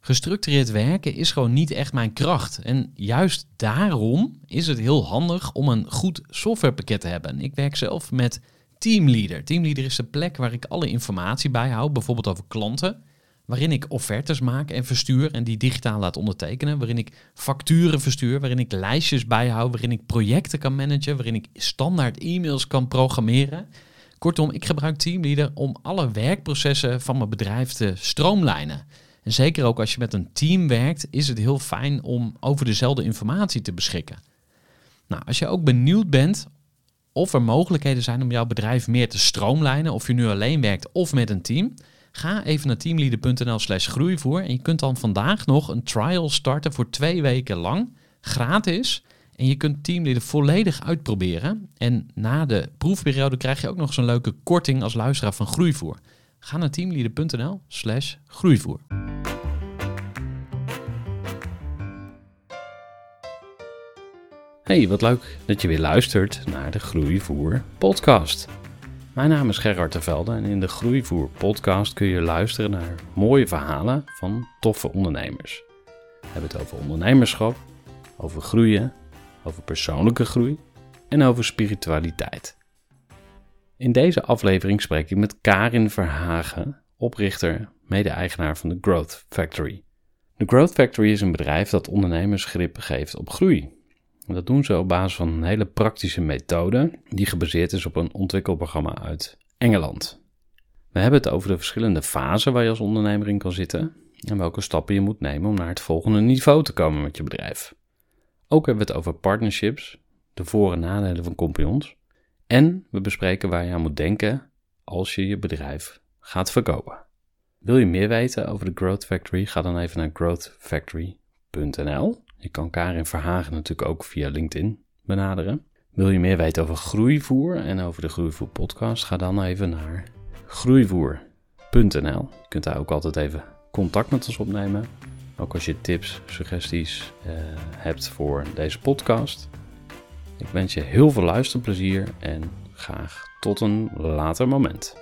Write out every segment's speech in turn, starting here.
Gestructureerd werken is gewoon niet echt mijn kracht. En juist daarom is het heel handig om een goed softwarepakket te hebben. Ik werk zelf met Teamleader. Teamleader is de plek waar ik alle informatie bijhoud, bijvoorbeeld over klanten, waarin ik offertes maak en verstuur en die digitaal laat ondertekenen, waarin ik facturen verstuur, waarin ik lijstjes bijhoud, waarin ik projecten kan managen, waarin ik standaard e-mails kan programmeren. Kortom, ik gebruik Teamleader om alle werkprocessen van mijn bedrijf te stroomlijnen. En zeker ook als je met een team werkt, is het heel fijn om over dezelfde informatie te beschikken. Nou, als je ook benieuwd bent of er mogelijkheden zijn om jouw bedrijf meer te stroomlijnen, of je nu alleen werkt of met een team, ga even naar teamleader.nl/groeivoer en je kunt dan vandaag nog een trial starten voor 2 weken lang, gratis. En je kunt Teamleader volledig uitproberen. En na de proefperiode krijg je ook nog zo'n leuke korting als luisteraar van Groeivoer. Ga naar teamleader.nl/groeivoer. Hey, wat leuk dat je weer luistert naar de Groeivoer podcast. Mijn naam is Gerard de Velde en in de Groeivoer podcast kun je luisteren naar mooie verhalen van toffe ondernemers. We hebben het over ondernemerschap, over groeien, over persoonlijke groei en over spiritualiteit. In deze aflevering spreek ik met Karin Verhagen, oprichter, mede-eigenaar van de Growth Factory. De Growth Factory is een bedrijf dat ondernemers grip geeft op groei. En dat doen ze op basis van een hele praktische methode die gebaseerd is op een ontwikkelprogramma uit Engeland. We hebben het over de verschillende fasen waar je als ondernemer in kan zitten en welke stappen je moet nemen om naar het volgende niveau te komen met je bedrijf. Ook hebben we het over partnerships, de voor- en nadelen van compagnons. En we bespreken waar je aan moet denken als je je bedrijf gaat verkopen. Wil je meer weten over de Growth Factory? Ga dan even naar growthfactory.nl. Je kan Karin Verhagen natuurlijk ook via LinkedIn benaderen. Wil je meer weten over Groeivoer en over de Groeivoer podcast? Ga dan even naar groeivoer.nl. Je kunt daar ook altijd even contact met ons opnemen. Ook als je tips, suggesties hebt voor deze podcast. Ik wens je heel veel luisterplezier en graag tot een later moment.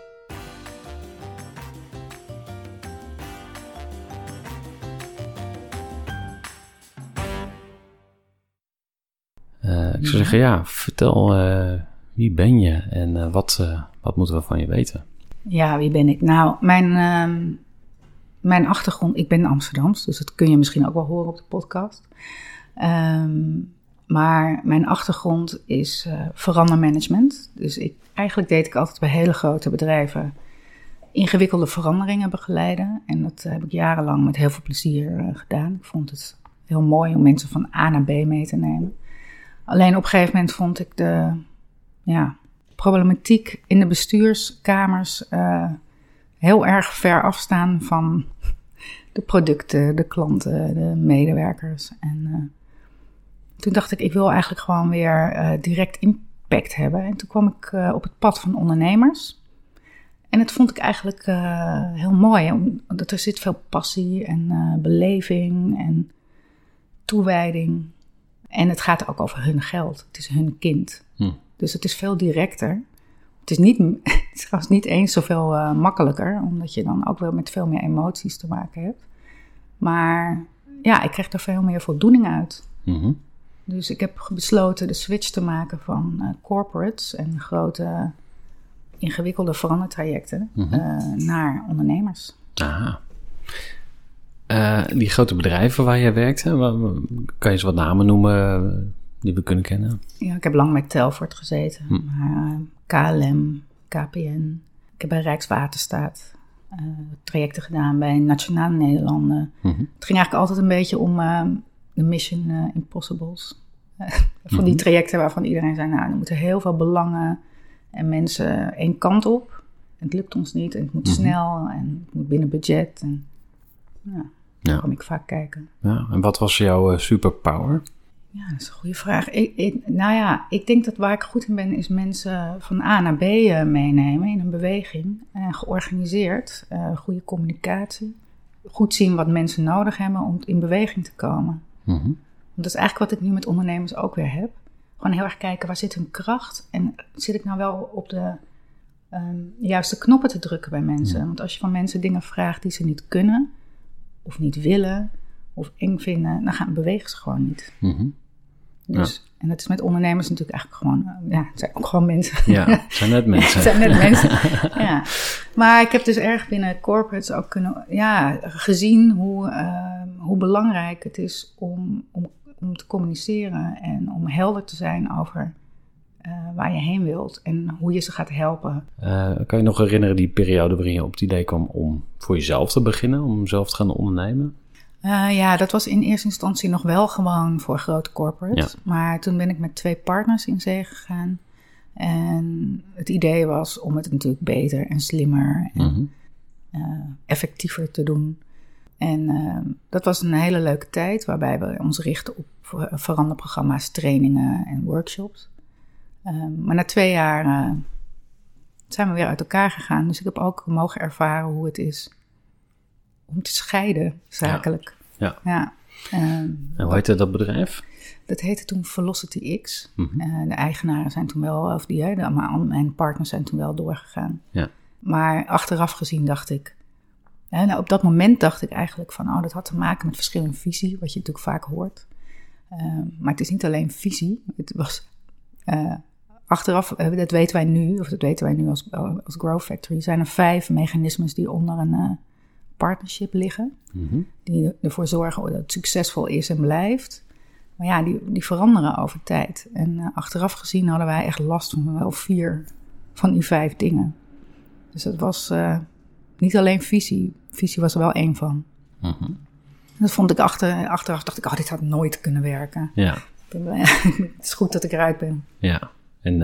Ik zou zeggen, vertel wie ben je en wat moeten we van je weten? Ja, wie ben ik? Nou, mijn achtergrond, ik ben Amsterdams, dus dat kun je misschien ook wel horen op de podcast. Maar mijn achtergrond is verandermanagement. Dus eigenlijk deed ik altijd bij hele grote bedrijven ingewikkelde veranderingen begeleiden. En dat heb ik jarenlang met heel veel plezier gedaan. Ik vond het heel mooi om mensen van A naar B mee te nemen. Alleen op een gegeven moment vond ik de problematiek in de bestuurskamers heel erg ver afstaan van de producten, de klanten, de medewerkers. En toen dacht ik wil eigenlijk gewoon weer direct impact hebben. En toen kwam ik op het pad van ondernemers. En dat vond ik eigenlijk heel mooi, omdat er zit veel passie en beleving en toewijding. En het gaat ook over hun geld. Het is hun kind. Dus het is veel directer. Het is trouwens niet eens zoveel makkelijker, omdat je dan ook wel met veel meer emoties te maken hebt. Maar ja, ik kreeg er veel meer voldoening uit. Mm-hmm. Dus ik heb besloten de switch te maken van corporates en grote, ingewikkelde verandertrajecten naar ondernemers. Aha. Die grote bedrijven waar jij werkt, kan je ze wat namen noemen die we kunnen kennen? Ja, ik heb lang met Telfort gezeten. Maar, KLM, KPN. Ik heb bij Rijkswaterstaat trajecten gedaan bij Nationale Nederlanden. Mm-hmm. Het ging eigenlijk altijd een beetje om de Mission Impossibles. Van die trajecten waarvan iedereen zei, er moeten heel veel belangen en mensen één kant op. Het lukt ons niet en het moet snel en het moet binnen budget. En, daar kom ik vaak kijken. Ja, en wat was jouw superpower? Ja, dat is een goede vraag. Ik denk dat waar ik goed in ben, is mensen van A naar B meenemen in een beweging. Georganiseerd, goede communicatie. Goed zien wat mensen nodig hebben om in beweging te komen. Mm-hmm. Want dat is eigenlijk wat ik nu met ondernemers ook weer heb. Gewoon heel erg kijken, waar zit hun kracht? En zit ik nou wel op de juiste knoppen te drukken bij mensen? Want als je van mensen dingen vraagt die ze niet kunnen, of niet willen of eng vinden, dan bewegen ze gewoon niet. Mm-hmm. Dus, en dat is met ondernemers natuurlijk eigenlijk gewoon, het zijn ook gewoon mensen. Ja, het zijn net mensen. Het zijn net mensen, ja. Maar ik heb dus erg binnen corporates ook gezien hoe belangrijk het is om te communiceren en om helder te zijn over waar je heen wilt en hoe je ze gaat helpen. Kan je nog herinneren die periode waarin je op het idee kwam om voor jezelf te beginnen, om zelf te gaan ondernemen? Dat was in eerste instantie nog wel gewoon voor grote corporates. Ja. Maar toen ben ik met 2 partners in zee gegaan. En het idee was om het natuurlijk beter en slimmer en effectiever te doen. En dat was een hele leuke tijd waarbij we ons richten op veranderprogramma's, trainingen en workshops. Maar na 2 jaar zijn we weer uit elkaar gegaan. Dus ik heb ook mogen ervaren hoe het is om te scheiden, zakelijk. Ja. En hoe heette dat bedrijf? Dat heette toen Velocity X. Mm-hmm. De eigenaren zijn toen wel, mijn partners zijn toen wel doorgegaan. Ja. Maar achteraf gezien dacht ik, op dat moment dacht ik eigenlijk van, dat had te maken met verschillende visie, wat je natuurlijk vaak hoort. Maar het is niet alleen visie. Het was achteraf, dat weten wij nu als Growth Factory, zijn er 5 mechanismes die onder een partnership liggen. Mm-hmm. Die ervoor zorgen dat het succesvol is en blijft. Maar ja, die veranderen over tijd. En achteraf gezien hadden wij echt last van wel 4 van die 5 dingen. Dus het was niet alleen visie. Visie was er wel 1 van. Mm-hmm. Dat vond ik achteraf dacht ik, dit had nooit kunnen werken. Ja. Het is goed dat ik eruit ben. Ja, en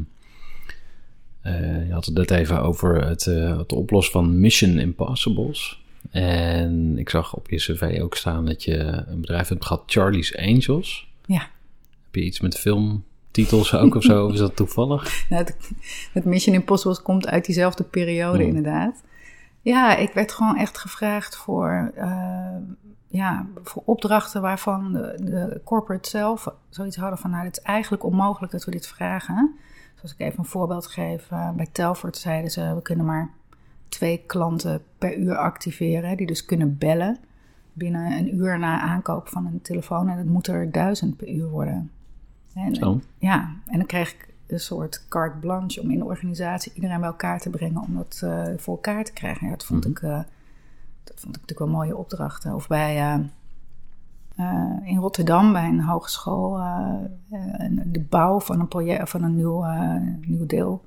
je had het net even over het oplossen van Mission Impossibles. En ik zag op je cv ook staan dat je een bedrijf hebt gehad, Charlie's Angels. Ja. Heb je iets met filmtitels ook of zo? Of is dat toevallig? Het Mission Impossibles komt uit diezelfde periode inderdaad. Ja, ik werd gewoon echt gevraagd voor opdrachten waarvan de corporate zelf zoiets hadden van, het is eigenlijk onmogelijk dat we dit vragen. Zoals ik even een voorbeeld geef. Bij Telfort zeiden ze, we kunnen maar 2 klanten per uur activeren, die dus kunnen bellen binnen een uur na aankoop van een telefoon. En dat moet er 1000 per uur worden. En dan kreeg ik een soort carte blanche om in de organisatie iedereen bij elkaar te brengen om dat voor elkaar te krijgen. Ja, dat vond ik natuurlijk wel mooie opdrachten. Of bij in Rotterdam bij een hogeschool de bouw van een project, van een nieuw deel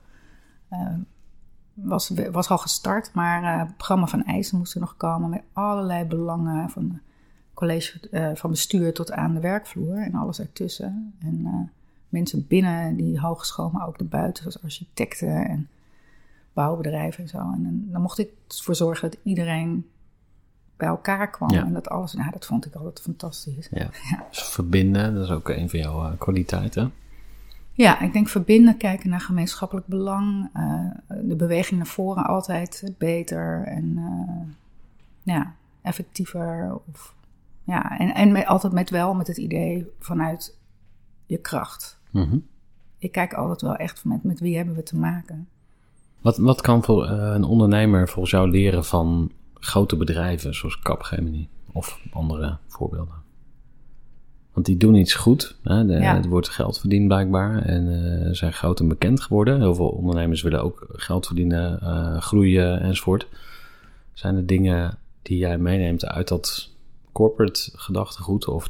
was al gestart, maar het programma van eisen moest er nog komen met allerlei belangen van college van bestuur tot aan de werkvloer en alles ertussen. En mensen binnen die hogeschool, maar ook erbuiten, zoals architecten en bouwbedrijven en zo. En dan mocht ik ervoor zorgen dat iedereen bij elkaar kwam. Ja. En dat alles, dat vond ik altijd fantastisch. Ja. Dus verbinden, dat is ook een van jouw kwaliteiten. Ja, ik denk verbinden, kijken naar gemeenschappelijk belang. De beweging naar voren altijd beter en effectiever. En altijd met het idee vanuit je kracht. Mm-hmm. Ik kijk altijd wel echt met wie hebben we te maken. Wat kan voor een ondernemer volgens jou leren van grote bedrijven zoals Capgemini of andere voorbeelden? Want die doen iets goed. Hè? Er wordt geld verdiend blijkbaar en zijn groot en bekend geworden. Heel veel ondernemers willen ook geld verdienen, groeien enzovoort. Zijn er dingen die jij meeneemt uit dat corporate gedachtegoed of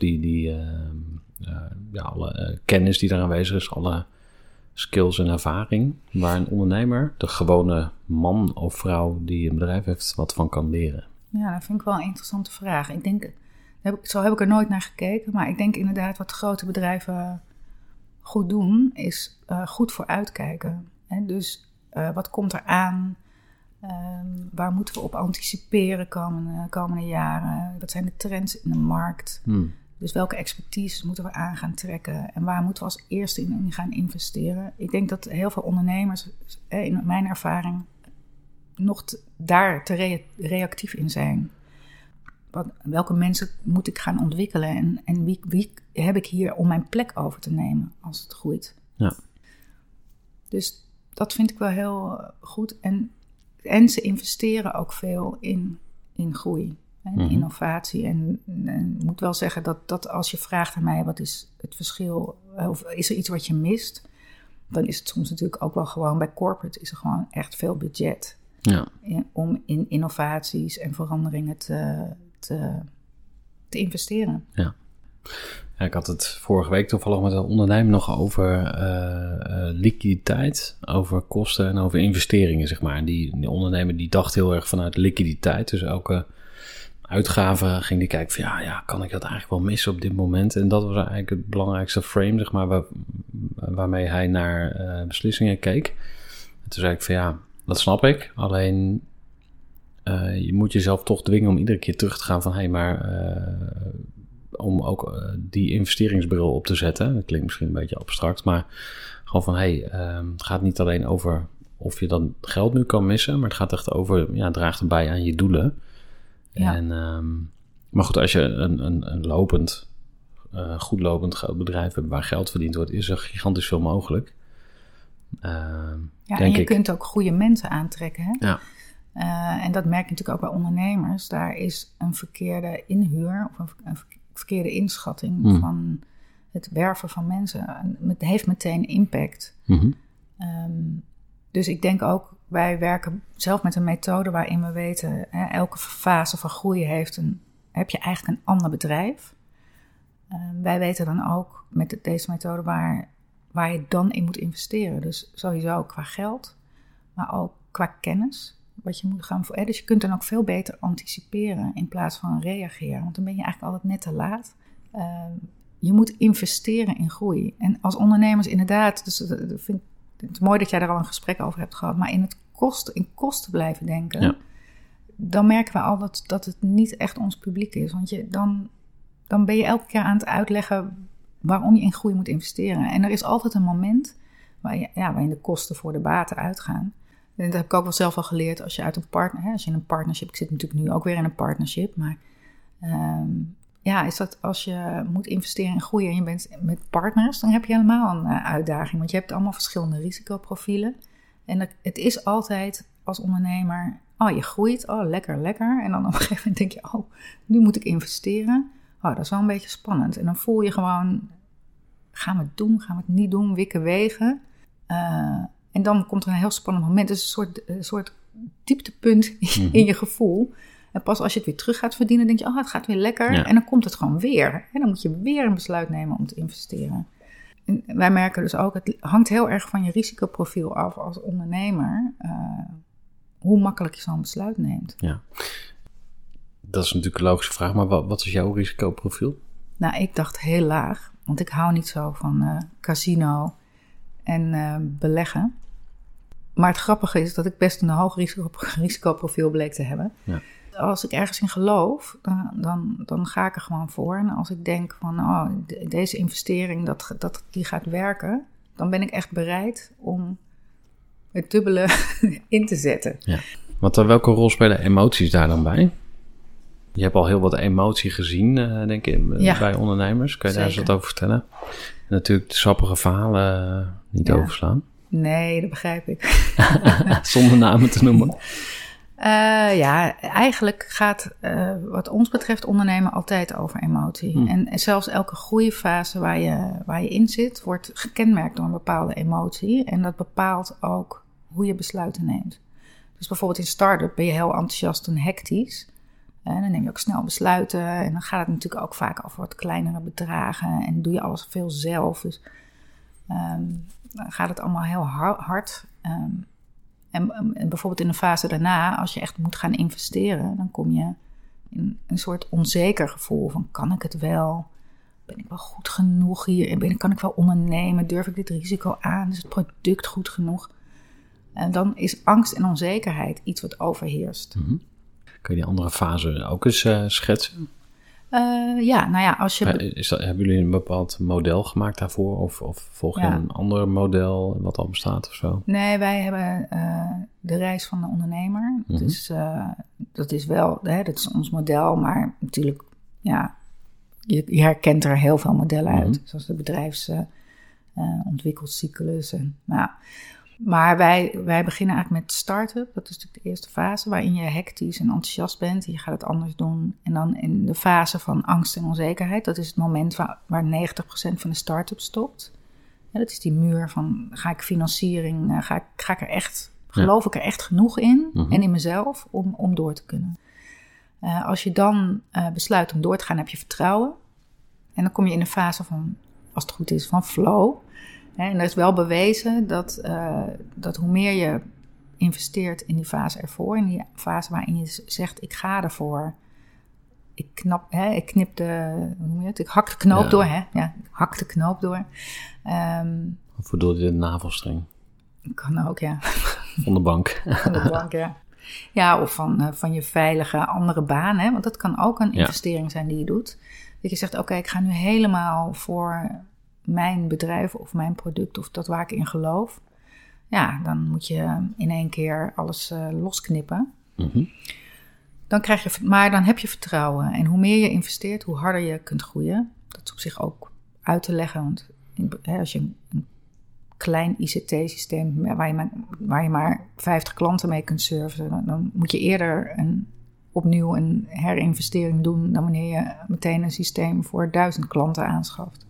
alle kennis die daar aanwezig is, alle skills en ervaring, waar een ondernemer, de gewone man of vrouw die een bedrijf heeft, wat van kan leren? Ja, dat vind ik wel een interessante vraag. Ik denk, zo heb ik er nooit naar gekeken, maar ik denk inderdaad wat grote bedrijven goed doen, is goed vooruitkijken. Hè? Dus wat komt er aan? Waar moeten we op anticiperen komende jaren? Wat zijn de trends in de markt? Dus welke expertise moeten we aan gaan trekken? En waar moeten we als eerste in gaan investeren? Ik denk dat heel veel ondernemers, in mijn ervaring, nog daar te reactief in zijn. Welke mensen moet ik gaan ontwikkelen? En wie heb ik hier om mijn plek over te nemen als het groeit? Ja. Dus dat vind ik wel heel goed. En ze investeren ook veel in groei. en innovatie. En ik moet wel zeggen dat als je vraagt aan mij, wat is het verschil, of is er iets wat je mist, dan is het soms natuurlijk ook wel gewoon, bij corporate is er gewoon echt veel budget om in innovaties en veranderingen te investeren. Ja. Ja, ik had het vorige week toevallig met een ondernemer nog over liquiditeit, over kosten en over investeringen, zeg maar. En die ondernemer die dacht heel erg vanuit liquiditeit. Dus elke uitgave ging die kijken van ja, kan ik dat eigenlijk wel missen op dit moment? En dat was eigenlijk het belangrijkste frame, zeg maar, waarmee hij naar beslissingen keek. En toen zei ik van ja, dat snap ik. Alleen je moet jezelf toch dwingen om iedere keer terug te gaan van om ook die investeringsbril op te zetten. Dat klinkt misschien een beetje abstract, maar gewoon van het gaat niet alleen over of je dan geld nu kan missen, maar het gaat echt over, draagt erbij aan je doelen. Ja. En, maar goed, als je een lopend, goed lopend groot bedrijf hebt waar geld verdiend wordt, is er gigantisch veel mogelijk. En je kunt ook goede mensen aantrekken. Hè? Ja. En dat merk je natuurlijk ook bij ondernemers. Daar is een verkeerde inhuur of een verkeerde inschatting van het werven van mensen. Het heeft meteen impact. Mm-hmm. Dus ik denk ook, wij werken zelf met een methode waarin we weten, elke fase van groei heb je eigenlijk een ander bedrijf. Wij weten dan ook met deze methode waar je dan in moet investeren. Dus sowieso qua geld, maar ook qua kennis. Wat je moet gaan voor. Dus je kunt dan ook veel beter anticiperen in plaats van reageren. Want dan ben je eigenlijk altijd net te laat. Je moet investeren in groei. En als ondernemers inderdaad, dus ik vind het mooi dat jij daar al een gesprek over hebt gehad, maar in kosten blijven denken, dan merken we al dat het niet echt ons publiek is. Want dan ben je elke keer aan het uitleggen waarom je in groei moet investeren. En er is altijd een moment waarin de kosten voor de baten uitgaan. En dat heb ik ook wel zelf al geleerd als je uit als je in een partnership, ik zit natuurlijk nu ook weer in een partnership, maar is dat als je moet investeren in groei en je bent met partners, dan heb je helemaal een uitdaging, want je hebt allemaal verschillende risicoprofielen. En het is altijd als ondernemer, je groeit, lekker. En dan op een gegeven moment denk je, nu moet ik investeren. Dat is wel een beetje spannend. En dan voel je gewoon, gaan we het doen, gaan we het niet doen, wikken wegen. En dan komt er een heel spannend moment. Dus een soort dieptepunt in je gevoel. En pas als je het weer terug gaat verdienen, denk je, het gaat weer lekker. Ja. En dan komt het gewoon weer. En dan moet je weer een besluit nemen om te investeren. En wij merken dus ook, het hangt heel erg van je risicoprofiel af als ondernemer. Hoe makkelijk je zo'n besluit neemt. Ja. Dat is natuurlijk een logische vraag, maar wat is jouw risicoprofiel? Nou, ik dacht heel laag. Want ik hou niet zo van casino en beleggen. Maar het grappige is dat ik best een hoog risicoprofiel bleek te hebben. Ja. Als ik ergens in geloof, dan ga ik er gewoon voor. En als ik denk van, deze investering, die gaat werken, dan ben ik echt bereid om het dubbele in te zetten. Ja. Want welke rol spelen emoties daar dan bij? Je hebt al heel wat emotie gezien, denk ik, bij ondernemers. Kan je daar eens wat over vertellen? En natuurlijk de sappige verhalen niet overslaan. Nee, dat begrijp ik. Zonder namen te noemen. Eigenlijk gaat wat ons betreft ondernemen altijd over emotie. En zelfs elke groeifase waar je in zit, wordt gekenmerkt door een bepaalde emotie. En dat bepaalt ook hoe je besluiten neemt. Dus bijvoorbeeld in start-up ben je heel enthousiast en hectisch. En dan neem je ook snel besluiten. En dan gaat het natuurlijk ook vaak over wat kleinere bedragen. En doe je alles veel zelf. Dus dan gaat het allemaal heel hard. En bijvoorbeeld in de fase daarna, als je echt moet gaan investeren, dan kom je in een soort onzeker gevoel van, kan ik het wel? Ben ik wel goed genoeg hier? Kan ik wel ondernemen? Durf ik dit risico aan? Is het product goed genoeg? En dan is angst en onzekerheid iets wat overheerst. Mm-hmm. Kun je die andere fase ook eens schetsen? Als je... hebben jullie een bepaald model gemaakt daarvoor? Of volg je een ander model wat al bestaat of zo? Nee, wij hebben de reis van de ondernemer. Mm-hmm. Dus dat is wel, dat is ons model. Maar natuurlijk, je herkent er heel veel modellen uit. Zoals de bedrijfsontwikkelcyclus. Maar wij beginnen eigenlijk met start-up. Dat is natuurlijk de eerste fase waarin je hectisch en enthousiast bent. Je gaat het anders doen. En dan in de fase van angst en onzekerheid. Dat is het moment waar 90% van de start-up stopt. Ja, dat is die muur van, ga ik financiering, ga ik er echt, geloof ik er echt genoeg in en in mezelf om door te kunnen. Als je dan besluit om door te gaan, heb je vertrouwen. En dan kom je in de fase van, als het goed is, van flow. En er is wel bewezen dat hoe meer je investeert in die fase ervoor, in die fase waarin je zegt, ik ga ervoor. Ik knip de, hoe noem je het? Ik hak de knoop door, hè? Ja, ik hak de knoop door. Of bedoel je de navelstreng? Kan ook, ja. Van de bank. Van de bank, ja. Ja, of van je veilige andere baan, hè? Want dat kan ook een investering zijn die je doet. Dat je zegt, oké, ik ga nu helemaal voor mijn bedrijf of mijn product of dat waar ik in geloof. Ja, dan moet je in één keer alles losknippen. Maar dan heb je vertrouwen. En hoe meer je investeert, hoe harder je kunt groeien. Dat is op zich ook uit te leggen. Want als je een klein ICT-systeem waar je maar 50 klanten mee kunt servicen, dan moet je eerder opnieuw een herinvestering doen dan wanneer je meteen een systeem voor 1000 klanten aanschaft.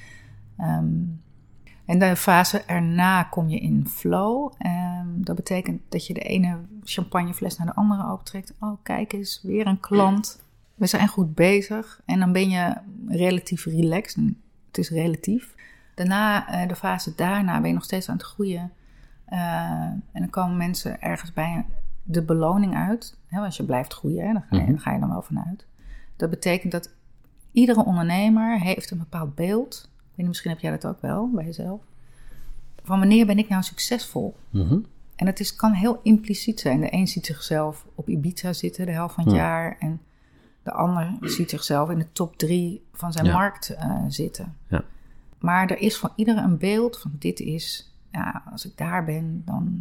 En de fase erna kom je in flow. Dat betekent dat je de ene champagnefles naar de andere opentrekt. Oh, kijk eens, weer een klant. We zijn goed bezig. En dan ben je relatief relaxed. Het is relatief. De fase daarna ben je nog steeds aan het groeien. En dan komen mensen ergens bij de beloning uit. Als je blijft groeien, dan ga je dan wel vanuit. Dat betekent dat iedere ondernemer heeft een bepaald beeld. Misschien heb jij dat ook wel bij jezelf. Van wanneer ben ik nou succesvol? En het kan heel impliciet zijn. De een ziet zichzelf op Ibiza zitten de helft van het jaar. En de ander ziet zichzelf in de top 3 van zijn markt zitten. Ja. Maar er is van ieder een beeld van dit is, als ik daar ben,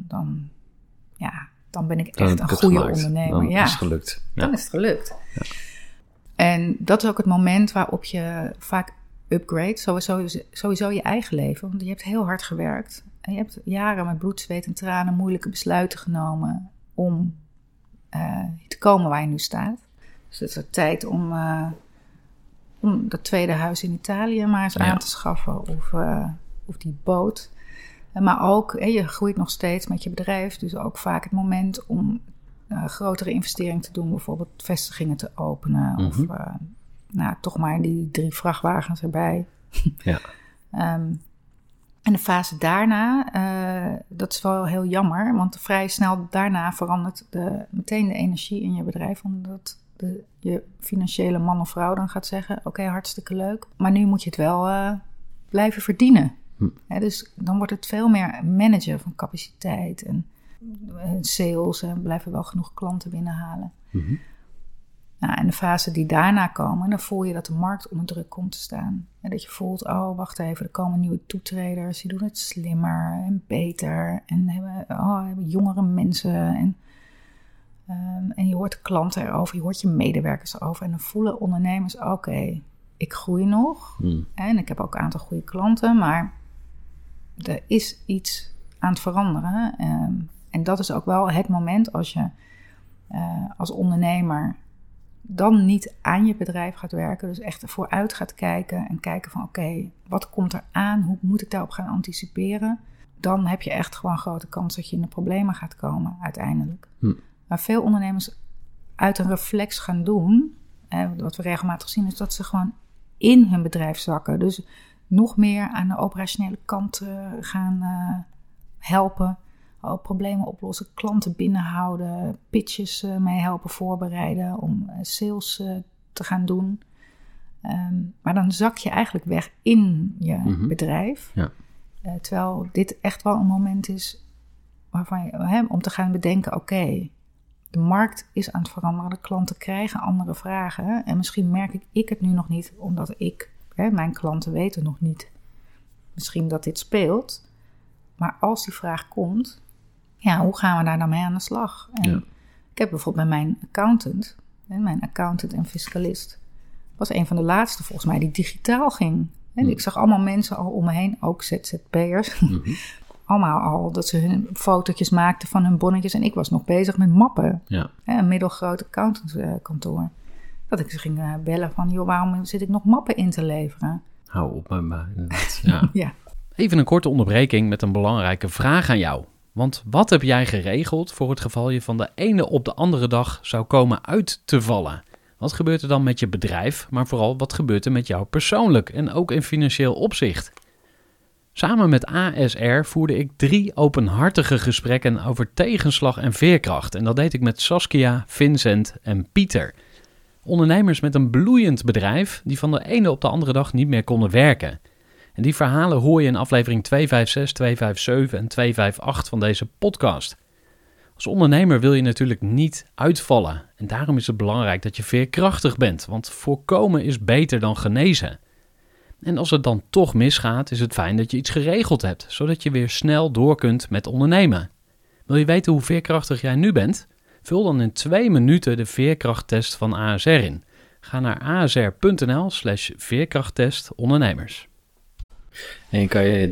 dan ben ik echt een goede ondernemer. Dan is het gelukt. Dan is het gelukt. Ja. En dat is ook het moment waarop je vaak upgrade, sowieso je eigen leven. Want je hebt heel hard gewerkt. En je hebt jaren met bloed, zweet en tranen moeilijke besluiten genomen om te komen waar je nu staat. Dus het is de tijd om dat tweede huis in Italië maar eens aan te schaffen. Of die boot. Maar ook, je groeit nog steeds met je bedrijf. Dus ook vaak het moment om grotere investeringen te doen. Bijvoorbeeld vestigingen te openen. Of toch maar die 3 vrachtwagens erbij. Ja. En de fase daarna, dat is wel heel jammer. Want vrij snel daarna verandert meteen de energie in je bedrijf. Omdat je financiële man of vrouw dan gaat zeggen, oké, hartstikke leuk. Maar nu moet je het wel blijven verdienen. Dus dan wordt het veel meer managen van capaciteit en sales. En blijven wel genoeg klanten binnenhalen. En de fase die daarna komen, dan voel je dat de markt onder druk komt te staan. En dat je voelt, oh, wacht even, er komen nieuwe toetreders. Die doen het slimmer en beter. En hebben jongere mensen. En je hoort de klanten erover, je hoort je medewerkers erover. En dan voelen ondernemers, oké, ik groei nog. En ik heb ook een aantal goede klanten, maar er is iets aan het veranderen. En dat is ook wel het moment als je als ondernemer dan niet aan je bedrijf gaat werken. Dus echt vooruit gaat kijken en kijken van oké, wat komt er aan? Hoe moet ik daarop gaan anticiperen? Dan heb je echt gewoon een grote kans dat je in de problemen gaat komen uiteindelijk. Maar veel ondernemers uit een reflex gaan doen, wat we regelmatig zien, is dat ze gewoon in hun bedrijf zakken. Dus nog meer aan de operationele kant gaan helpen. Problemen oplossen, klanten binnenhouden, pitches mee helpen voorbereiden om sales te gaan doen. Maar dan zak je eigenlijk weg in je bedrijf. Ja. Terwijl dit echt wel een moment is waarvan je, om te gaan bedenken, oké, de markt is aan het veranderen, de klanten krijgen andere vragen. En misschien merk ik het nu nog niet, omdat mijn klanten weten nog niet misschien dat dit speelt. Maar als die vraag komt, hoe gaan we daar dan mee aan de slag? En ik heb bijvoorbeeld bij mijn accountant en fiscalist, was een van de laatste volgens mij die digitaal ging. Ik zag allemaal mensen al om me heen, ook ZZP'ers, allemaal al dat ze hun fotootjes maakten van hun bonnetjes. En ik was nog bezig met mappen. Ja. Een middelgroot accountantskantoor. Dat ik ze ging bellen van, joh, waarom zit ik nog mappen in te leveren? Hou op met mij. Ja. Ja. Even een korte onderbreking met een belangrijke vraag aan jou. Want wat heb jij geregeld voor het geval je van de ene op de andere dag zou komen uit te vallen? Wat gebeurt er dan met je bedrijf, maar vooral wat gebeurt er met jou persoonlijk en ook in financieel opzicht? Samen met ASR voerde ik 3 openhartige gesprekken over tegenslag en veerkracht. En dat deed ik met Saskia, Vincent en Pieter. Ondernemers met een bloeiend bedrijf die van de ene op de andere dag niet meer konden werken. En die verhalen hoor je in aflevering 256, 257 en 258 van deze podcast. Als ondernemer wil je natuurlijk niet uitvallen. En daarom is het belangrijk dat je veerkrachtig bent, want voorkomen is beter dan genezen. En als het dan toch misgaat, is het fijn dat je iets geregeld hebt, zodat je weer snel door kunt met ondernemen. Wil je weten hoe veerkrachtig jij nu bent? Vul dan in 2 minuten de veerkrachttest van ASR in. Ga naar asr.nl/veerkrachttest ondernemers. En kan je,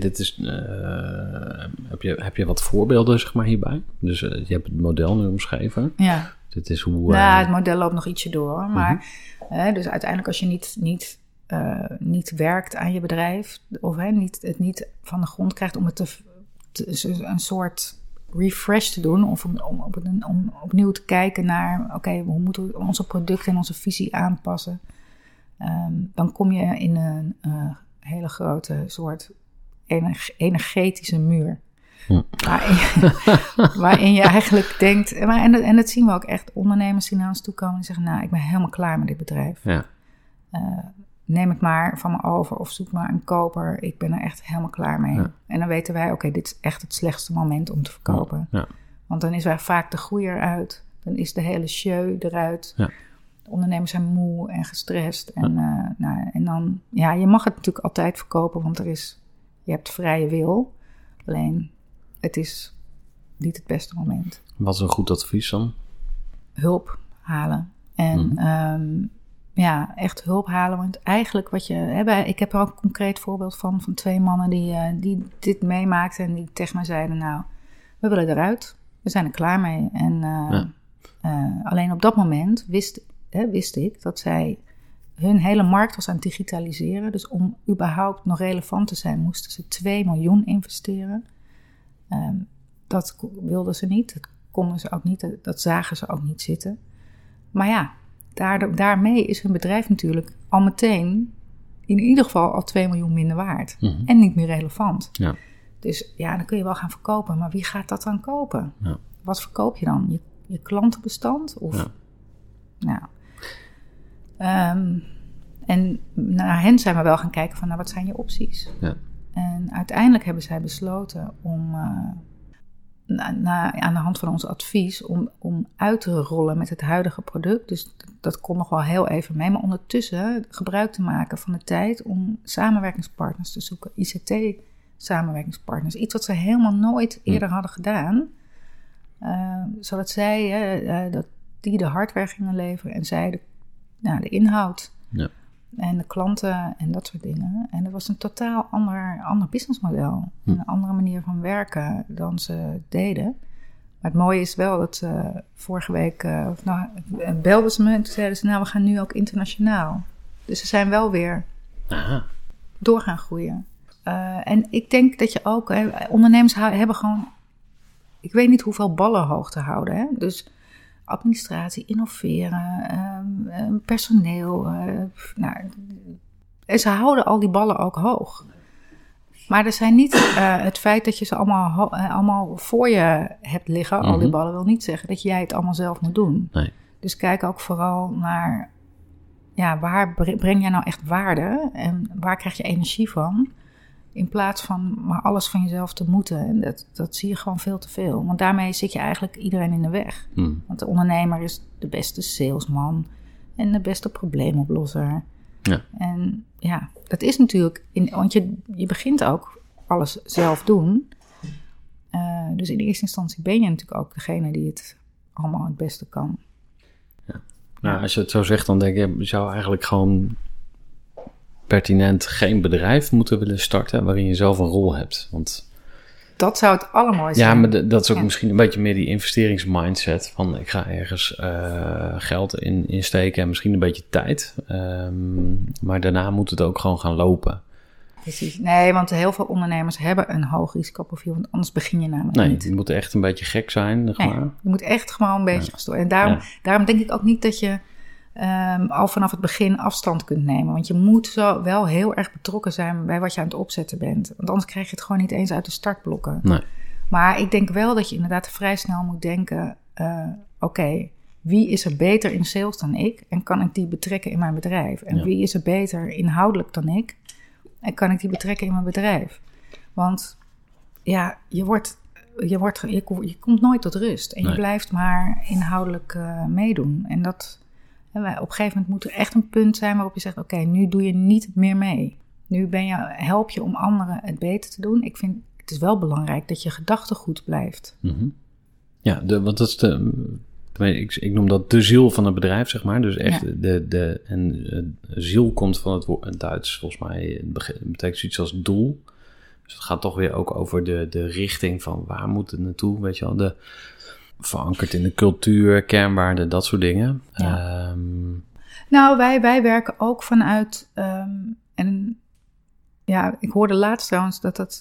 heb je wat voorbeelden zeg maar hierbij? Dus je hebt het model nu omschreven. Ja. Dit is hoe... Het model loopt nog ietsje door. Maar dus uiteindelijk als je niet werkt aan je bedrijf, of het niet van de grond krijgt om het een soort refresh te doen, of om opnieuw te kijken naar, hoe moeten we onze producten en onze visie aanpassen, dan kom je in een hele grote soort energetische muur. Waarin je eigenlijk denkt, en dat zien we ook echt, ondernemers die naar ons toe komen en zeggen, nou, ik ben helemaal klaar met dit bedrijf. Ja. Neem het maar van me over of zoek maar een koper. Ik ben er echt helemaal klaar mee. Ja. En dan weten wij, dit is echt het slechtste moment om te verkopen. Ja. Want dan is vaak de groei eruit. Dan is de hele show eruit. Ja. De ondernemers zijn moe en gestrest. En, en dan, je mag het natuurlijk altijd verkopen, want je hebt vrije wil. Alleen, het is niet het beste moment. Wat is een goed advies dan? Hulp halen. En echt hulp halen. Want eigenlijk ik heb er ook een concreet voorbeeld van 2 mannen die dit meemaakten en die tegen mij zeiden, nou, we willen eruit. We zijn er klaar mee. En alleen op dat moment wist ik dat hun hele markt was aan het digitaliseren. Dus om überhaupt nog relevant te zijn, moesten ze 2 miljoen investeren. Dat wilden ze niet. Dat konden ze ook niet. Dat zagen ze ook niet zitten. Maar daarmee is hun bedrijf natuurlijk al meteen, in ieder geval al 2 miljoen minder waard. Mm-hmm. En niet meer relevant. Ja. Dus dan kun je wel gaan verkopen. Maar wie gaat dat dan kopen? Ja. Wat verkoop je dan? Je klantenbestand? Of, en naar hen zijn we wel gaan kijken van, wat zijn je opties? Ja. En uiteindelijk hebben zij besloten om aan de hand van ons advies om uit te rollen met het huidige product. Dus dat kon nog wel heel even mee. Maar ondertussen gebruik te maken van de tijd om samenwerkingspartners te zoeken. ICT-samenwerkingspartners. Iets wat ze helemaal nooit eerder hadden gedaan. Zodat zij dat die de hardware gingen leveren en zij de inhoud. Ja. En de klanten en dat soort dingen. En dat was een totaal ander businessmodel. Een andere manier van werken dan ze deden. Maar het mooie is wel dat vorige week belden ze me en toen zeiden ze, we gaan nu ook internationaal. Dus ze zijn wel weer door gaan groeien. En ik denk dat je ook, ondernemers hebben gewoon, ik weet niet hoeveel ballen hoog te houden. Hè? Dus administratie, innoveren, personeel. En ze houden al die ballen ook hoog. Maar er zijn niet het feit dat je ze allemaal voor je hebt liggen, al die ballen, wil niet zeggen dat jij het allemaal zelf moet doen. Nee. Dus kijk ook vooral naar, waar breng jij nou echt waarde en waar krijg je energie van? In plaats van maar alles van jezelf te moeten. En dat zie je gewoon veel te veel. Want daarmee zit je eigenlijk iedereen in de weg. Want de ondernemer is de beste salesman en de beste probleemoplosser. Ja. En dat is natuurlijk, want je begint ook alles zelf doen. Dus in de eerste instantie ben je natuurlijk ook degene die het allemaal het beste kan. Ja. Nou, als je het zo zegt, dan denk je zou eigenlijk gewoon pertinent geen bedrijf moeten willen starten waarin je zelf een rol hebt. Want dat zou het allermooiste zijn. zijn. Ja, maar dat is ook misschien een beetje meer die investeringsmindset. Van ik ga ergens geld in steken en misschien een beetje tijd. Maar daarna moet het ook gewoon gaan lopen. Precies. Nee, want heel veel ondernemers hebben een hoog risicoprofiel. Want anders begin je namelijk niet. Je moet echt een beetje gek zijn. Nee, je moet echt gewoon een beetje gestoord. En daarom denk ik ook niet dat je al vanaf het begin afstand kunt nemen. Want je moet zo wel heel erg betrokken zijn bij wat je aan het opzetten bent. Want anders krijg je het gewoon niet eens uit de startblokken. Nee. Maar ik denk wel dat je inderdaad vrij snel moet denken... Oké, wie is er beter in sales dan ik? En kan ik die betrekken in mijn bedrijf? En wie is er beter inhoudelijk dan ik? En kan ik die betrekken in mijn bedrijf? Want ja, je komt nooit tot rust. En je blijft maar inhoudelijk meedoen. En op een gegeven moment moet er echt een punt zijn waarop je zegt... Oké, nu doe je niet meer mee. Nu help je om anderen het beter te doen. Ik vind het is wel belangrijk dat je gedachtegoed blijft. Mm-hmm. Ja, want dat is ik noem dat de ziel van het bedrijf, zeg maar. Dus echt ziel komt van het Duits, volgens mij. Het betekent zoiets als doel. Dus het gaat toch weer ook over de richting van waar moet het naartoe, weet je wel. Verankerd in de cultuur, kernwaarden, dat soort dingen. Ja. Nou, wij werken ook vanuit... ik hoorde laatst trouwens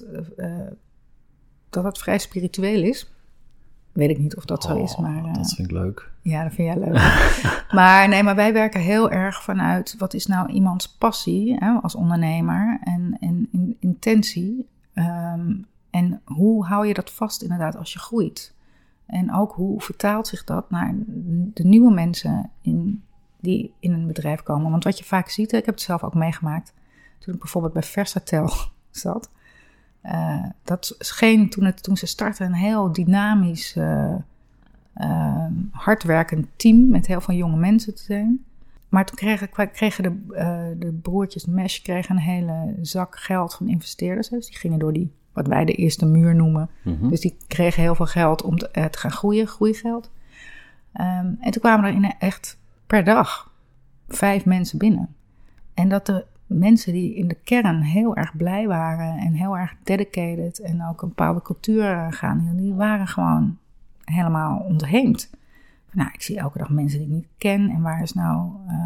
dat vrij spiritueel is. Weet ik niet of dat zo is, maar... dat vind ik leuk. Ja, dat vind jij leuk. maar wij werken heel erg vanuit... wat is nou iemands passie als ondernemer en intentie... en hoe hou je dat vast inderdaad als je groeit? En ook hoe vertaalt zich dat naar de nieuwe mensen die in een bedrijf komen? Want wat je vaak ziet, ik heb het zelf ook meegemaakt... toen ik bijvoorbeeld bij Versatel zat... dat scheen toen ze startten een heel dynamisch, hardwerkend team... met heel veel jonge mensen te zijn. Maar toen kregen de broertjes Mesh een hele zak geld van investeerders. Dus die gingen door wat wij de eerste muur noemen. Mm-hmm. Dus die kregen heel veel geld om te gaan groeien, groeigeld. En toen kwamen er echt per dag 5 mensen binnen. En dat de mensen die in de kern heel erg blij waren en heel erg dedicated en ook een bepaalde cultuur gaan, die waren gewoon helemaal ontheemd. Nou, ik zie elke dag mensen die ik niet ken en waar is nou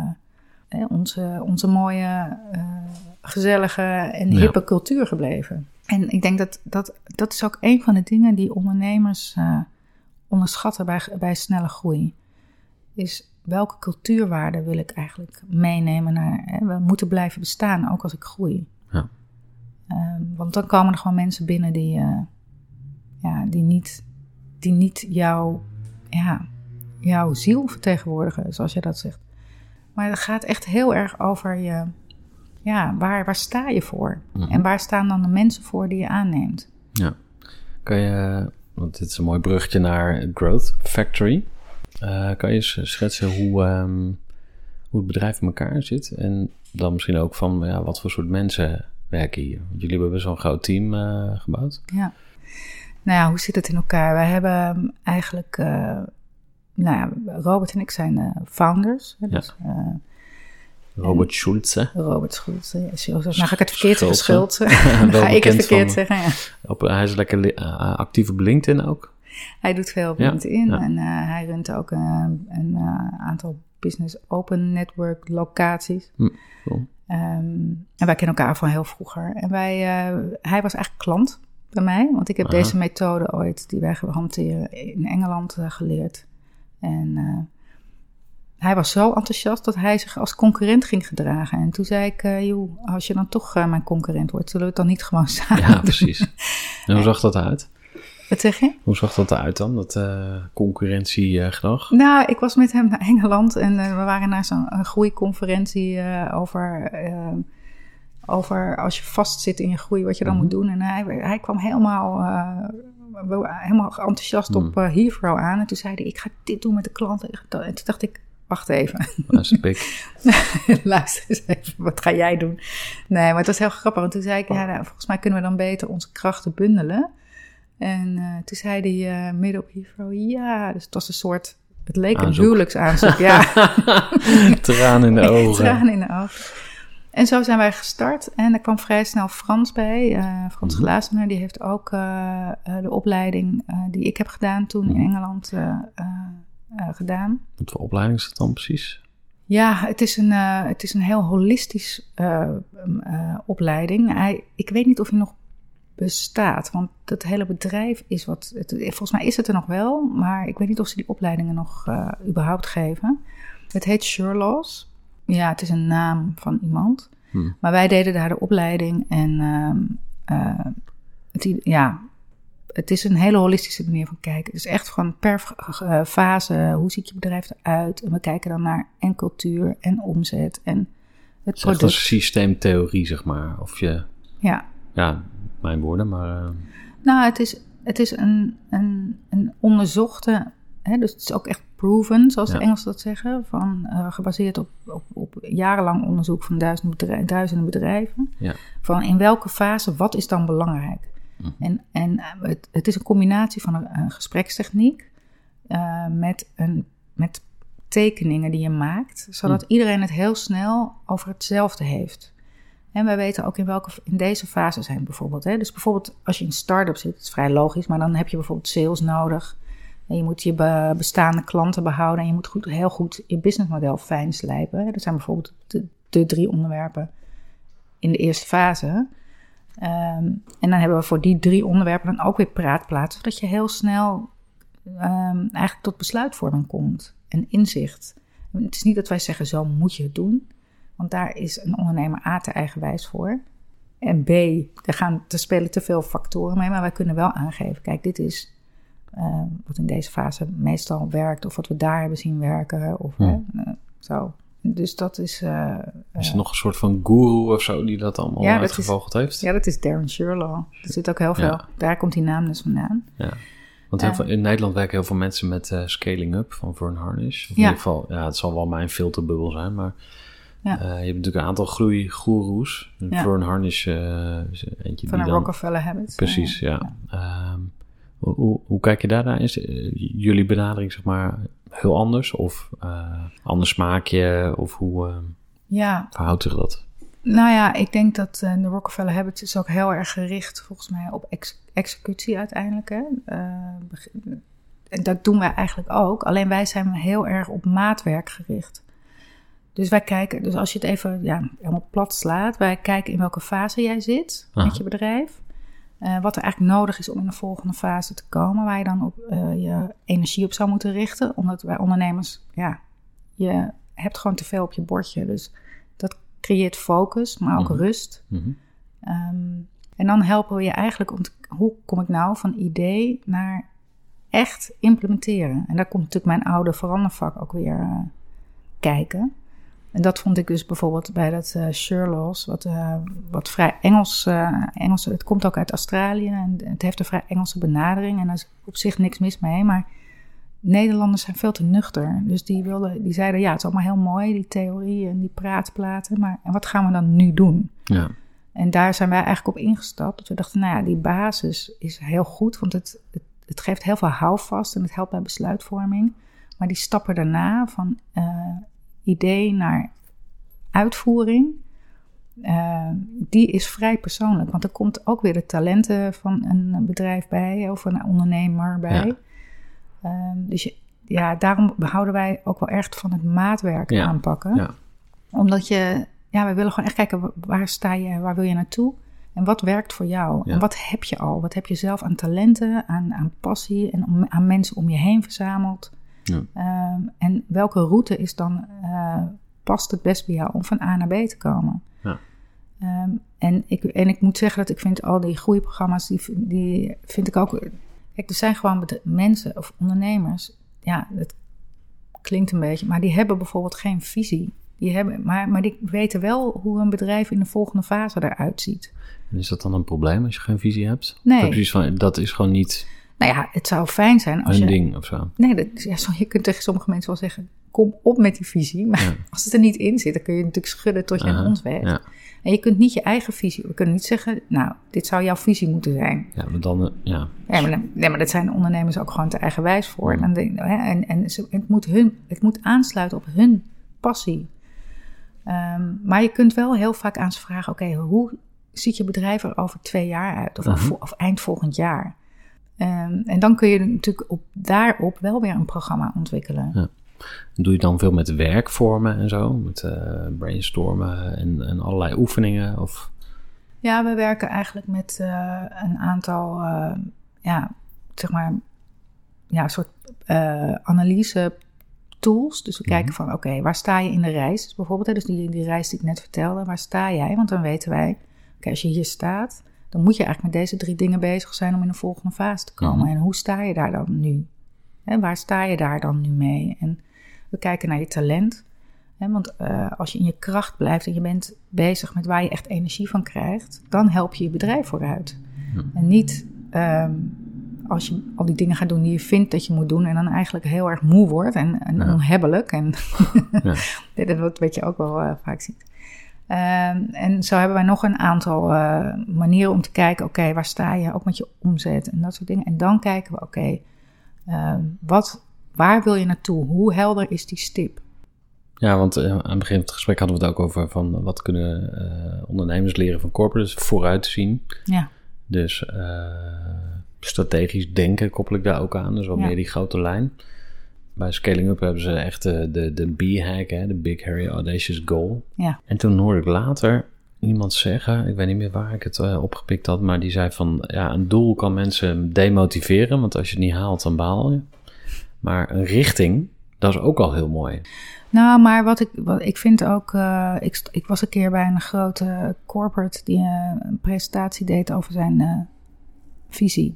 onze mooie, gezellige en hippe cultuur gebleven. En ik denk dat is ook een van de dingen die ondernemers onderschatten bij snelle groei. Is welke cultuurwaarden wil ik eigenlijk meenemen naar... we moeten blijven bestaan, ook als ik groei. Ja. Want dan komen er gewoon mensen binnen die niet jouw ziel vertegenwoordigen, zoals je dat zegt. Maar het gaat echt heel erg over waar sta je voor? Mm-hmm. En waar staan dan de mensen voor die je aanneemt? Ja, kan je... Want dit is een mooi bruggetje naar Growth Factory... kan je schetsen hoe het bedrijf in elkaar zit? En dan misschien ook van wat voor soort mensen werken hier? Want jullie hebben best wel een groot team gebouwd. Ja. Nou ja, hoe zit het in elkaar? Wij hebben eigenlijk... Robert en ik zijn de founders. Dus, Robert Schulze. Robert Schulze. Nou ga ik het verkeerd zeggen, Schulze. Ga ik het verkeerd zeggen, ja. Hij is lekker actief op LinkedIn ook. Hij doet veel op LinkedIn en hij runt ook een aantal business open network locaties. Cool. En wij kennen elkaar van heel vroeger. En hij was eigenlijk klant bij mij, want ik heb deze methode ooit, die wij hanteren, in Engeland geleerd. En hij was zo enthousiast dat hij zich als concurrent ging gedragen. En toen zei ik, als je dan toch mijn concurrent wordt, zullen we het dan niet gewoon samen doen? Ja, precies. En hoe zag dat uit? Wat zeg je? Hoe zag dat eruit dan, dat concurrentiegedrag? Nou, ik was met hem naar Engeland en we waren naar zo'n groeiconferentie over als je vastzit in je groei, wat je dan moet doen. En hij kwam helemaal enthousiast op Heathrow aan. En toen zei hij, ik ga dit doen met de klanten. En toen dacht ik, wacht even. Dat is pik. Luister eens even, wat ga jij doen? Nee, maar het was heel grappig. En toen zei ik, volgens mij kunnen we dan beter onze krachten bundelen. En toen zei hij midden op Heathrow, dus het was een soort, het leek een huwelijksaanzoek. Ja. Traan in de ogen. Traan in de ogen. En zo zijn wij gestart. En er kwam vrij snel Frans bij. Frans Glazenaar, die heeft ook de opleiding die ik heb gedaan toen in Engeland gedaan. Wat voor opleiding is dat dan precies? Ja, het is een heel holistisch opleiding. Ik weet niet of hij nog bestaat, want dat hele bedrijf is volgens mij is het er nog wel, maar ik weet niet of ze die opleidingen nog überhaupt geven. Het heet SureLaws. Ja, het is een naam van iemand. Maar wij deden daar de opleiding en het is een hele holistische manier van kijken. Het is echt van per fase, hoe ziet je bedrijf eruit? En we kijken dan naar en cultuur en omzet en het product. Het is echt een systeemtheorie, zeg maar. Of je... Ja, mijn woorden, maar... Nou, het is een onderzochte... dus het is ook echt proven, zoals de Engelsen dat zeggen. Gebaseerd op jarenlang onderzoek van duizenden bedrijven. Ja. Van in welke fase, wat is dan belangrijk? En het is een combinatie van een gesprekstechniek met tekeningen die je maakt, zodat iedereen het heel snel over hetzelfde heeft. En wij weten ook in deze fase zijn bijvoorbeeld. Dus bijvoorbeeld als je in een start-up zit, dat is vrij logisch, maar dan heb je bijvoorbeeld sales nodig. En je moet je bestaande klanten behouden en je moet heel goed je businessmodel fijn slijpen. Dat zijn bijvoorbeeld de 3 onderwerpen in de eerste fase. En dan hebben we voor die 3 onderwerpen dan ook weer praatplaatsen, zodat je heel snel eigenlijk tot besluitvorming komt en inzicht. Het is niet dat wij zeggen, zo moet je het doen, want daar is een ondernemer A te eigenwijs voor. En B, er spelen te veel factoren mee, maar wij kunnen wel aangeven, kijk, dit is wat in deze fase meestal werkt, of wat we daar hebben zien werken, of zo. Dus dat is... is er nog een soort van guru of zo die dat allemaal uitgevogeld heeft? Ja, dat is Darren Shirlaw. Er zit ook heel veel... Ja. Daar komt die naam dus vandaan. Ja. Want in Nederland werken heel veel mensen met Scaling Up van Verne Harnish. Of in ieder geval, het zal wel mijn filterbubbel zijn, maar... je hebt natuurlijk een aantal groeigoeroes. Verne Harnish is eentje van die een Rockefeller Habits. Precies, Hoe kijk je daarnaar? Is jullie benadering, zeg maar, heel anders? Of anders smaakje? Of hoe verhoudt zich dat? Nou ja, ik denk dat de Rockefeller Habits is ook heel erg gericht, volgens mij, op executie uiteindelijk. Hè? En dat doen wij eigenlijk ook. Alleen wij zijn heel erg op maatwerk gericht. Dus wij kijken, dus als je het even helemaal plat slaat, wij kijken in welke fase jij zit met je bedrijf. Wat er eigenlijk nodig is om in de volgende fase te komen, waar je dan op je energie op zou moeten richten. Omdat wij ondernemers, je hebt gewoon te veel op je bordje. Dus dat creëert focus, maar ook rust. En dan helpen we je eigenlijk hoe kom ik nou van idee naar echt implementeren. En daar komt natuurlijk mijn oude verandervak ook weer kijken. En dat vond ik dus bijvoorbeeld bij dat SureLaws, wat vrij Engelse, het komt ook uit Australië en het heeft een vrij Engelse benadering en daar is op zich niks mis mee, maar Nederlanders zijn veel te nuchter. Dus die zeiden, het is allemaal heel mooi, die theorie en die praatplaten, maar en wat gaan we dan nu doen? Ja. En daar zijn wij eigenlijk op ingestapt, dat we dachten, die basis is heel goed, want het geeft heel veel houvast en het helpt bij besluitvorming, maar die stappen daarna van idee naar uitvoering, die is vrij persoonlijk. Want er komt ook weer de talenten van een bedrijf bij, of een ondernemer bij. Dus daarom houden wij ook wel echt van het maatwerk aanpakken. Ja. Omdat we willen gewoon echt kijken, waar sta je, waar wil je naartoe? En wat werkt voor jou? Ja. En wat heb je al? Wat heb je zelf aan talenten, aan passie en aan mensen om je heen verzameld? Ja. En welke route is dan past het best bij jou om van A naar B te komen? Ja. En ik moet zeggen dat ik vind al die groeiprogramma's, die vind ik ook... Kijk, er zijn gewoon mensen of ondernemers, dat klinkt een beetje, maar die hebben bijvoorbeeld geen visie. Maar die weten wel hoe een bedrijf in de volgende fase eruit ziet. En is dat dan een probleem als je geen visie hebt? Nee. Precies van, dat is gewoon niet... Nou ja, het zou fijn zijn als een ding of zo. Nee, je kunt tegen sommige mensen wel zeggen, kom op met die visie. Maar als het er niet in zit, dan kun je natuurlijk schudden tot je aan ons weet. Ja. En je kunt niet je eigen visie... We kunnen niet zeggen, dit zou jouw visie moeten zijn. Ja, maar dan... maar dat zijn ondernemers ook gewoon te eigenwijs voor. En het moet aansluiten op hun passie. Maar je kunt wel heel vaak aan ze vragen, oké, hoe ziet je bedrijf er over 2 jaar uit? Of eind volgend jaar? En dan kun je natuurlijk daarop wel weer een programma ontwikkelen. Ja. Doe je dan veel met werkvormen en zo? Met brainstormen en allerlei oefeningen? Of? Ja, we werken eigenlijk met een aantal, soort analyse tools. Dus we kijken van, oké, waar sta je in de reis? Dus bijvoorbeeld, dus die reis die ik net vertelde, waar sta jij? Want dan weten wij, oké, als je hier staat, dan moet je eigenlijk met deze 3 dingen bezig zijn om in de volgende fase te komen. En hoe sta je daar dan nu? Waar sta je daar dan nu mee? En we kijken naar je talent. Want als je in je kracht blijft en je bent bezig met waar je echt energie van krijgt, dan help je je bedrijf vooruit. En niet als je al die dingen gaat doen die je vindt dat je moet doen en dan eigenlijk heel erg moe wordt en onhebbelijk. En dat weet je ook wel vaak ziet. En zo hebben wij nog een aantal manieren om te kijken, oké, waar sta je? Ook met je omzet en dat soort dingen. En dan kijken we, oké, waar wil je naartoe? Hoe helder is die stip? Ja, want aan het begin van het gesprek hadden we het ook over van wat kunnen ondernemers leren van corporates, vooruit zien. Ja. Dus strategisch denken koppel ik daar ook aan, dus wat meer die grote lijn. Bij Scaling Up hebben ze echt de B-hack, de Big Hairy Audacious Goal. Ja. En toen hoorde ik later iemand zeggen, ik weet niet meer waar ik het opgepikt had, maar die zei van, ja, een doel kan mensen demotiveren, want als je het niet haalt, dan baal je. Maar een richting, dat is ook al heel mooi. Nou, maar wat ik vind ook, ik was een keer bij een grote corporate die een presentatie deed over zijn visie.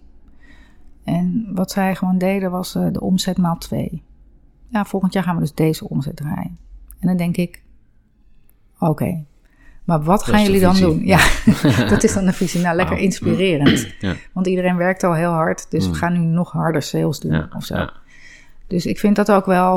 En wat zij gewoon deden was de omzet maal 2. Ja, volgend jaar gaan we dus deze omzet draaien. En dan denk ik, oké, maar wat gaan jullie dan doen? Ja, dat is dan de visie. Nou, lekker inspirerend. Ja. Want iedereen werkt al heel hard, dus we gaan nu nog harder sales doen of zo. Ja. Dus ik vind dat ook wel,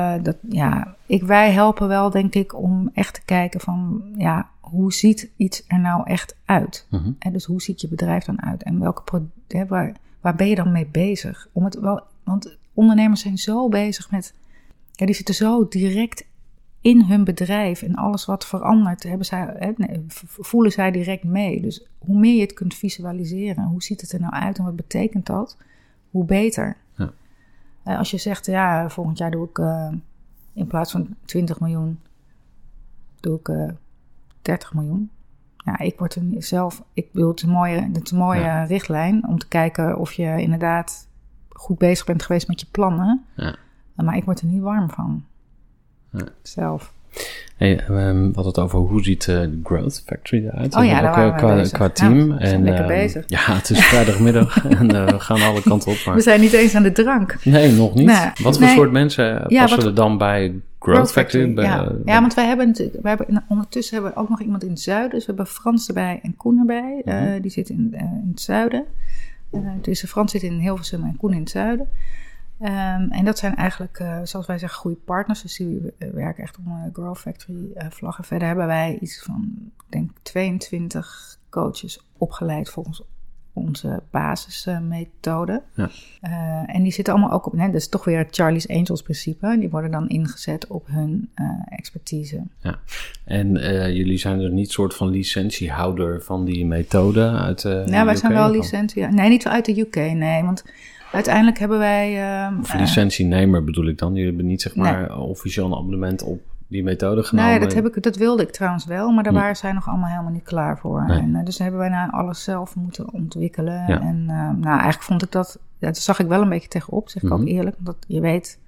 wij helpen wel, denk ik, om echt te kijken van, ja, hoe ziet iets er nou echt uit? En dus hoe ziet je bedrijf dan uit? En welke waar ben je dan mee bezig? Want ondernemers zijn zo bezig met, die zitten zo direct in hun bedrijf en alles wat verandert, voelen zij direct mee. Dus hoe meer je het kunt visualiseren, hoe ziet het er nou uit en wat betekent dat, hoe beter. Ja. Als je zegt, ja, volgend jaar doe ik in plaats van 20 miljoen, doe ik 30 miljoen. Ja, het is een mooie richtlijn om te kijken of je inderdaad goed bezig bent geweest met je plannen. Ja. Maar ik word er niet warm van. Ja. Zelf. Hey, we hadden het over hoe ziet de Growth Factory eruit? Oh ja, daar waren we qua team. Ja, we zijn lekker bezig. Ja, het is vrijdagmiddag en we gaan alle kanten op. Maar... We zijn niet eens aan de drank. Nee, nog niet. Nee, wat voor soort mensen passen er dan bij Growth Factory? Want ondertussen hebben we ook nog iemand in het zuiden. Dus we hebben Frans erbij en Koen erbij. Die zit in het zuiden. Dus Frans zit in Hilversum en Koen in het zuiden. En dat zijn eigenlijk, zoals wij zeggen, goede partners. Dus die werken echt onder de Growth Factory vlag. En verder hebben wij iets van, ik denk 22 coaches opgeleid volgens onze basismethode. Ja. En die zitten allemaal ook op, dat is toch weer het Charlie's Angels principe. Die worden dan ingezet op hun expertise. Ja. En jullie zijn dus niet soort van licentiehouder van die methode uit de UK? Wij zijn wel licentie. Nee, niet uit de UK, nee, want... Uiteindelijk hebben wij... of licentienemer bedoel ik dan. Jullie hebben niet zeg maar officieel een abonnement op die methode genomen. Nee, dat wilde ik trouwens wel. Maar daar waren zij nog allemaal helemaal niet klaar voor. Nee. En, dus hebben wij alles zelf moeten ontwikkelen. Ja. En eigenlijk vond ik dat... daar zag ik wel een beetje tegenop, zeg ik ook eerlijk. Omdat je weet...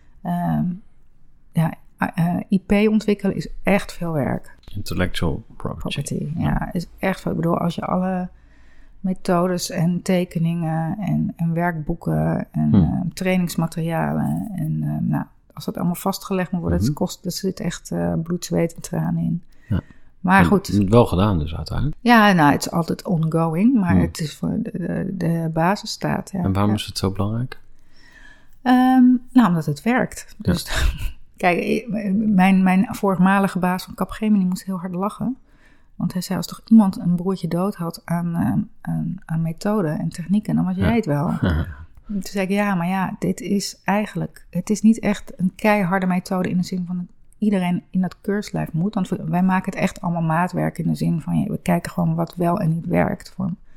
IP ontwikkelen is echt veel werk. Intellectual property. Ja, is echt veel. Ik bedoel, als je alle... methodes en tekeningen en werkboeken en trainingsmaterialen. En als dat allemaal vastgelegd moet worden, er zit echt bloed, zweet en tranen in. Ja. Maar goed. Het is wel gedaan dus uiteindelijk. Ja, het is altijd ongoing, maar het is voor de basis staat. Ja. En waarom is het zo belangrijk? Omdat het werkt. Ja. Dus kijk, mijn voormalige baas van Capgemini moest heel hard lachen. Want hij zei, als toch iemand een broertje dood had aan methode en technieken, dan was jij het wel. Ja. Toen zei ik, dit is eigenlijk... Het is niet echt een keiharde methode in de zin van iedereen in dat keurslijf moet. Want wij maken het echt allemaal maatwerk in de zin van... we kijken gewoon wat wel en niet werkt.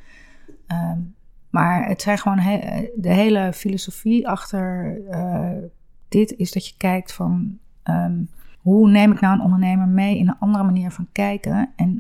Maar het zijn gewoon de hele filosofie achter dit is dat je kijkt van... hoe neem ik nou een ondernemer mee in een andere manier van kijken? En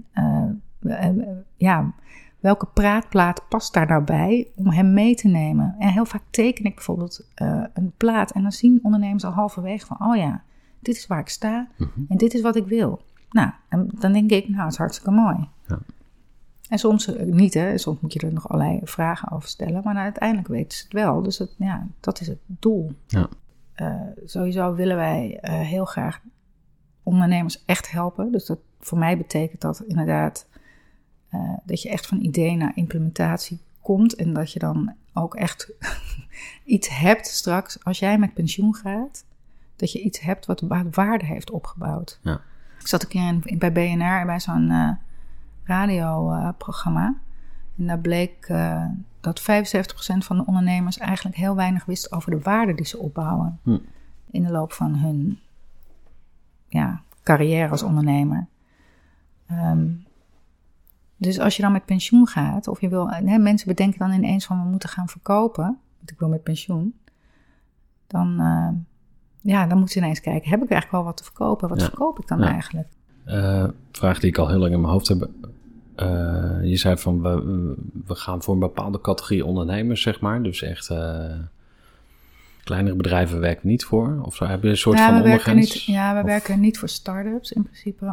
welke praatplaat past daar nou bij om hem mee te nemen? En heel vaak teken ik bijvoorbeeld een plaat en dan zien ondernemers al halverwege van... oh ja, dit is waar ik sta en dit is wat ik wil. Nou, en dan denk ik, nou, het is hartstikke mooi. Ja. En soms niet, hè. Soms moet je er nog allerlei vragen over stellen. Maar uiteindelijk weten ze het wel. Dus dat is het doel. Ja. Sowieso willen wij heel graag ondernemers echt helpen. Dus dat voor mij betekent dat inderdaad... dat je echt van idee naar implementatie komt. En dat je dan ook echt iets hebt straks. Als jij met pensioen gaat... dat je iets hebt wat waarde heeft opgebouwd. Ja. Ik zat een keer bij BNR bij zo'n radioprogramma. En daar bleek dat 75% van de ondernemers eigenlijk heel weinig wist over de waarde die ze opbouwen. In de loop van hun carrière als ondernemer. Dus als je dan met pensioen gaat, of je wil... mensen bedenken dan ineens van we moeten gaan verkopen. Want ik wil met pensioen. Dan moeten ze ineens kijken, heb ik eigenlijk wel wat te verkopen? Wat verkoop ik dan eigenlijk? Vraag die ik al heel lang in mijn hoofd heb. Je zei van we gaan voor een bepaalde categorie ondernemers, zeg maar. Dus echt kleinere bedrijven werken niet voor? Of heb je een soort van ondergrens? We werken niet voor start-ups in principe.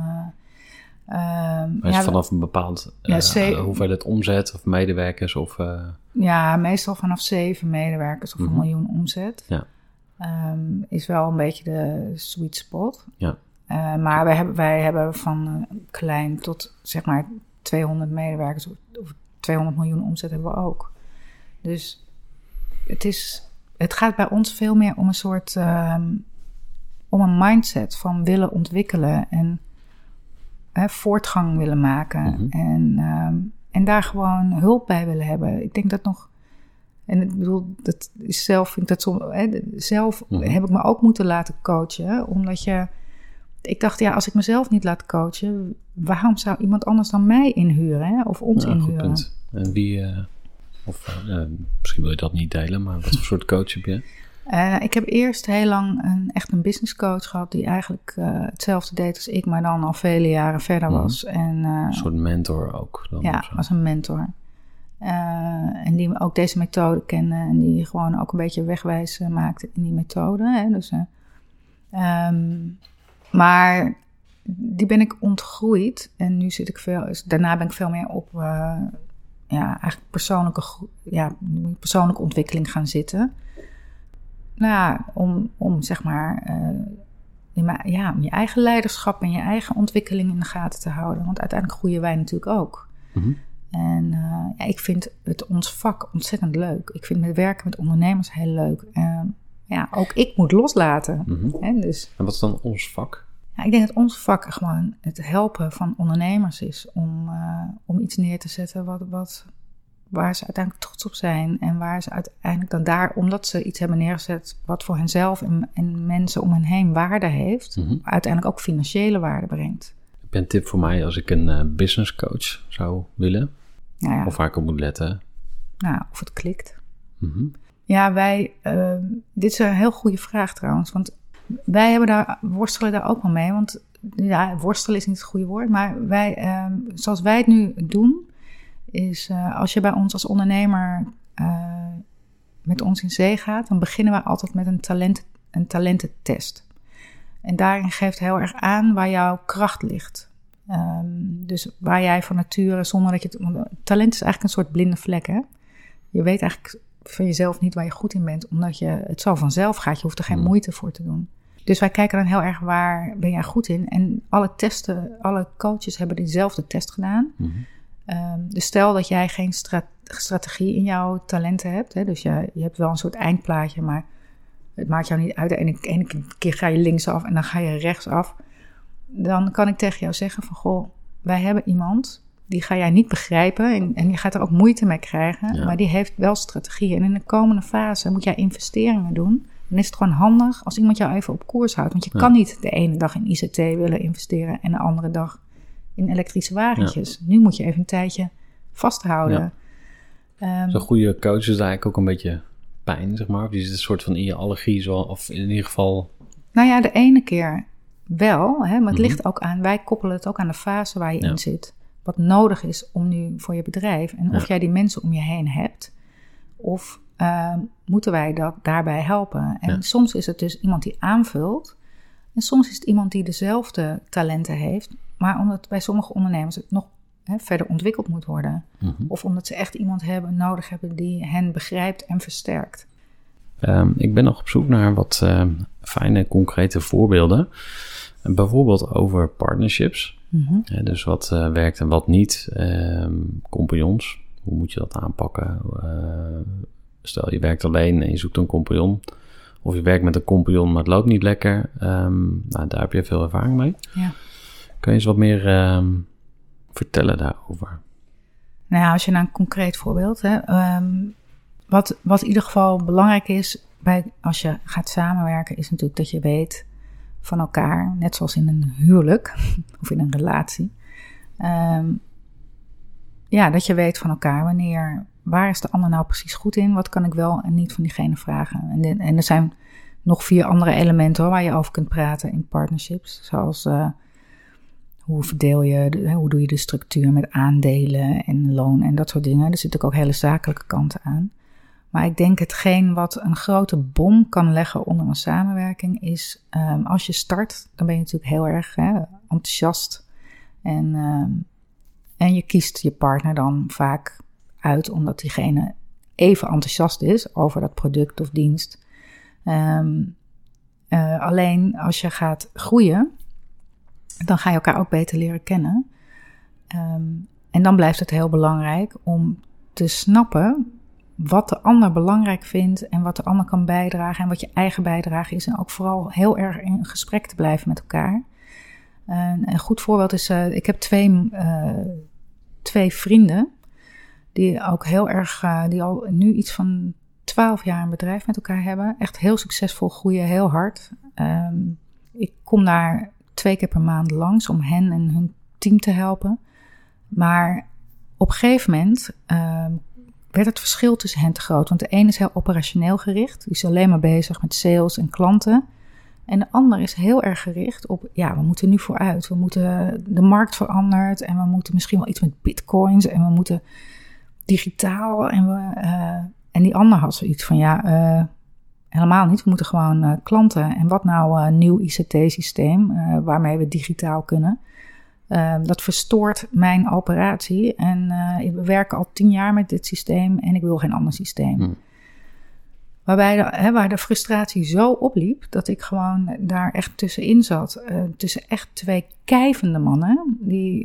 Maar is het vanaf een bepaald hoeveelheid omzet of medewerkers? Of, meestal vanaf 7 medewerkers of 1 miljoen omzet. Ja. Is wel een beetje de sweet spot. Ja. Maar wij hebben van klein tot zeg maar 200 medewerkers of 200 miljoen omzet hebben we ook. Dus het gaat bij ons veel meer om een soort om een mindset van willen ontwikkelen en voortgang willen maken en daar gewoon hulp bij willen hebben. Ik denk dat nog. En ik bedoel, dat is zelf heb ik me ook moeten laten coachen. Omdat ik dacht, als ik mezelf niet laat coachen, waarom zou iemand anders dan mij inhuren? Hè? Of ons inhuren? Punt. En wie, misschien wil je dat niet delen, maar wat voor soort coach heb je? Ik heb eerst heel lang een business coach gehad die eigenlijk hetzelfde deed als ik, maar dan al vele jaren verder was. En, een soort mentor ook? Dan als een mentor. En die ook deze methode kende en die gewoon ook een beetje wegwijs maakte in die methode. Hè? Dus, maar die ben ik ontgroeid en nu zit ik daarna ben ik veel meer op eigenlijk persoonlijke ontwikkeling gaan zitten. Om zeg maar om je eigen leiderschap en je eigen ontwikkeling in de gaten te houden. Want uiteindelijk groeien wij natuurlijk ook. Mm-hmm. En ik vind ons vak ontzettend leuk. Ik vind het werken met ondernemers heel leuk. Ook ik moet loslaten. Mm-hmm. Hè, dus. En wat is dan ons vak? Ik denk dat ons vak gewoon het helpen van ondernemers is om iets neer te zetten waar ze uiteindelijk trots op zijn. En waar ze uiteindelijk dan omdat ze iets hebben neergezet wat voor henzelf en mensen om hen heen waarde heeft, uiteindelijk ook financiële waarde brengt. Heb je een tip voor mij als ik een business coach zou willen? Of waar ik op moet letten? Of het klikt. Mm-hmm. Dit is een heel goede vraag trouwens, want wij worstelen daar ook wel mee, want worstelen is niet het goede woord, maar wij, zoals wij het nu doen, is als je bij ons als ondernemer met ons in zee gaat, dan beginnen we altijd met een talententest. En daarin geeft heel erg aan waar jouw kracht ligt. Dus waar jij van nature, zonder dat je talent is eigenlijk een soort blinde vlek, hè? Je weet eigenlijk van jezelf niet waar je goed in bent, omdat het zo vanzelf gaat. Je hoeft er geen moeite voor te doen. Dus wij kijken dan heel erg waar ben jij goed in. En alle coaches hebben diezelfde test gedaan. Mm-hmm. Dus stel dat jij geen strategie in jouw talenten hebt. Hè, dus je hebt wel een soort eindplaatje, maar het maakt jou niet uit. De ene keer ga je linksaf en dan ga je rechtsaf. Dan kan ik tegen jou zeggen van, goh, wij hebben iemand, die ga jij niet begrijpen en je gaat er ook moeite mee krijgen. Ja. Maar die heeft wel strategieën. En in de komende fase moet jij investeringen doen. Dan is het gewoon handig als iemand jou even op koers houdt. Want je kan niet de ene dag in ICT willen investeren en de andere dag in elektrische wagentjes. Ja. Nu moet je even een tijdje vasthouden. Zo'n goede coach is eigenlijk ook een beetje pijn, zeg maar. Of die zit een soort van in je allergie, of in ieder geval... Nou ja, de ene keer wel, hè, maar het ligt ook aan... Wij koppelen het ook aan de fase waar je in zit. Wat nodig is om nu voor je bedrijf. En of jij die mensen om je heen hebt. Of moeten wij daarbij helpen. En soms is het dus iemand die aanvult. En soms is het iemand die dezelfde talenten heeft. Maar omdat bij sommige ondernemers het nog verder ontwikkeld moet worden. Mm-hmm. Of omdat ze echt iemand nodig hebben die hen begrijpt en versterkt. Ik ben nog op zoek naar wat fijne, concrete voorbeelden. Bijvoorbeeld over partnerships. Mm-hmm. Dus wat werkt en wat niet. Compagnons, hoe moet je dat aanpakken? Stel, je werkt alleen en je zoekt een compagnon. Of je werkt met een compagnon, maar het loopt niet lekker. Daar heb je veel ervaring mee. Ja. Kun je eens wat meer vertellen daarover? Nou ja, als je naar een concreet voorbeeld... Wat in ieder geval belangrijk is als je gaat samenwerken... is natuurlijk dat je weet van elkaar... net zoals in een huwelijk of in een relatie... dat je weet van elkaar waar is de ander nou precies goed in? Wat kan ik wel en niet van diegene vragen? En er zijn nog 4 andere elementen hoor, waar je over kunt praten in partnerships. Zoals hoe verdeel je, hoe doe je de structuur met aandelen en loon en dat soort dingen. Er zitten ook hele zakelijke kanten aan. Maar ik denk hetgeen wat een grote bom kan leggen onder een samenwerking is... als je start, dan ben je natuurlijk heel erg enthousiast. En je kiest je partner dan vaak uit omdat diegene even enthousiast is over dat product of dienst. Alleen als je gaat groeien, dan ga je elkaar ook beter leren kennen. En dan blijft het heel belangrijk om te snappen wat de ander belangrijk vindt en wat de ander kan bijdragen en wat je eigen bijdrage is. En ook vooral heel erg in gesprek te blijven met elkaar. Een goed voorbeeld is, ik heb twee vrienden die ook heel erg, die al nu iets van 12 jaar een bedrijf met elkaar hebben. Echt heel succesvol, groeien heel hard. Ik kom daar 2 keer per maand langs om hen en hun team te helpen. Maar op een gegeven moment werd het verschil tussen hen te groot. Want de ene is heel operationeel gericht. Die is alleen maar bezig met sales en klanten. En de ander is heel erg gericht op, we moeten nu vooruit. De markt verandert en we moeten misschien wel iets met bitcoins en we moeten digitaal. En die ander had zoiets van, helemaal niet. We moeten gewoon klanten. En wat nou een nieuw ICT-systeem waarmee we digitaal kunnen. Dat verstoort mijn operatie. En we werken al 10 jaar met dit systeem en ik wil geen ander systeem. Waar de frustratie zo opliep, dat ik gewoon daar echt tussenin zat. Tussen echt 2 kijvende mannen.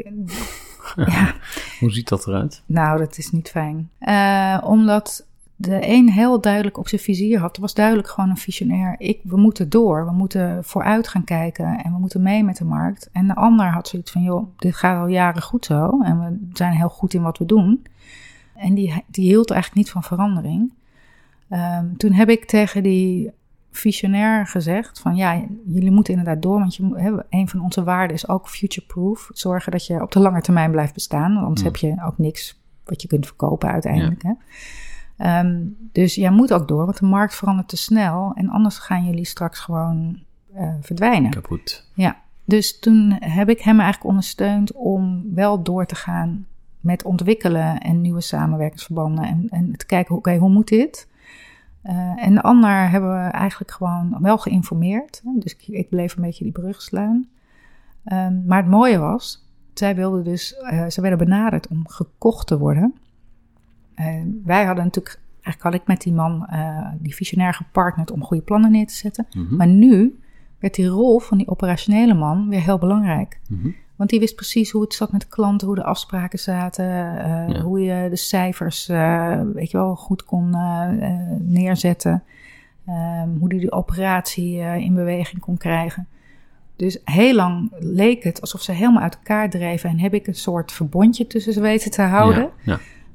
Hoe ziet dat eruit? Nou, dat is niet fijn. Omdat de een heel duidelijk op zijn vizier had. Het was duidelijk gewoon een visionair. We moeten door, we moeten vooruit gaan kijken en we moeten mee met de markt. En de ander had zoiets van, joh, dit gaat al jaren goed zo. En we zijn heel goed in wat we doen. En die hield eigenlijk niet van verandering. Toen heb ik tegen die visionair gezegd van jullie moeten inderdaad door, want een van onze waarden is ook future-proof. Zorgen dat je op de lange termijn blijft bestaan, want anders heb je ook niks wat je kunt verkopen uiteindelijk. Ja. Dus jij moet ook door, want de markt verandert te snel en anders gaan jullie straks gewoon verdwijnen. Kapot. Ja, dus toen heb ik hem eigenlijk ondersteund om wel door te gaan met ontwikkelen en nieuwe samenwerkingsverbanden en te kijken, hoe moet dit? En de ander hebben we eigenlijk gewoon wel geïnformeerd. Dus ik bleef een beetje die brug slaan. Maar het mooie was, ze werden benaderd om gekocht te worden. Wij hadden natuurlijk, eigenlijk had ik met die man, die visionair gepartnerd om goede plannen neer te zetten. Mm-hmm. Maar nu werd die rol van die operationele man weer heel belangrijk. Mm-hmm. Want die wist precies hoe het zat met klanten, hoe de afspraken zaten, hoe je de cijfers goed kon neerzetten. Hoe die de operatie in beweging kon krijgen. Dus heel lang leek het alsof ze helemaal uit elkaar dreven en heb ik een soort verbondje tussen ze weten te houden.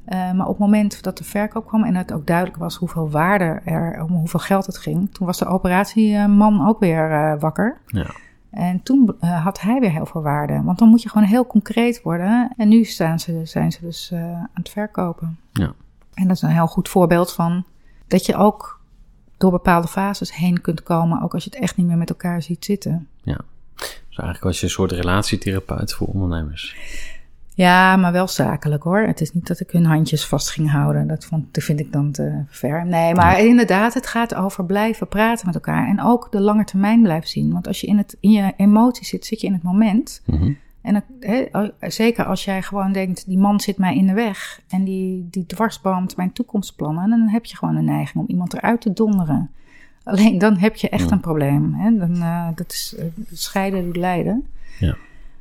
Maar op het moment dat de verkoop kwam en het ook duidelijk was hoeveel waarde er, om hoeveel geld het ging, toen was de operatieman ook weer wakker. Ja. En toen had hij weer heel veel waarde. Want dan moet je gewoon heel concreet worden. En nu zijn ze dus aan het verkopen. Ja. En dat is een heel goed voorbeeld van dat je ook door bepaalde fases heen kunt komen, ook als je het echt niet meer met elkaar ziet zitten. Ja, dus eigenlijk was je een soort relatietherapeut voor ondernemers. Ja, maar wel zakelijk hoor. Het is niet dat ik hun handjes vast ging houden. Dat vind ik dan te ver. Nee, maar inderdaad, het gaat over blijven praten met elkaar. En ook de lange termijn blijven zien. Want als je in je emotie zit je in het moment. Mm-hmm. En zeker als jij gewoon denkt, die man zit mij in de weg. En die dwarsboomt mijn toekomstplannen. Dan heb je gewoon een neiging om iemand eruit te donderen. Alleen dan heb je echt een probleem. Hè? Dat is scheiden doet lijden. Ja.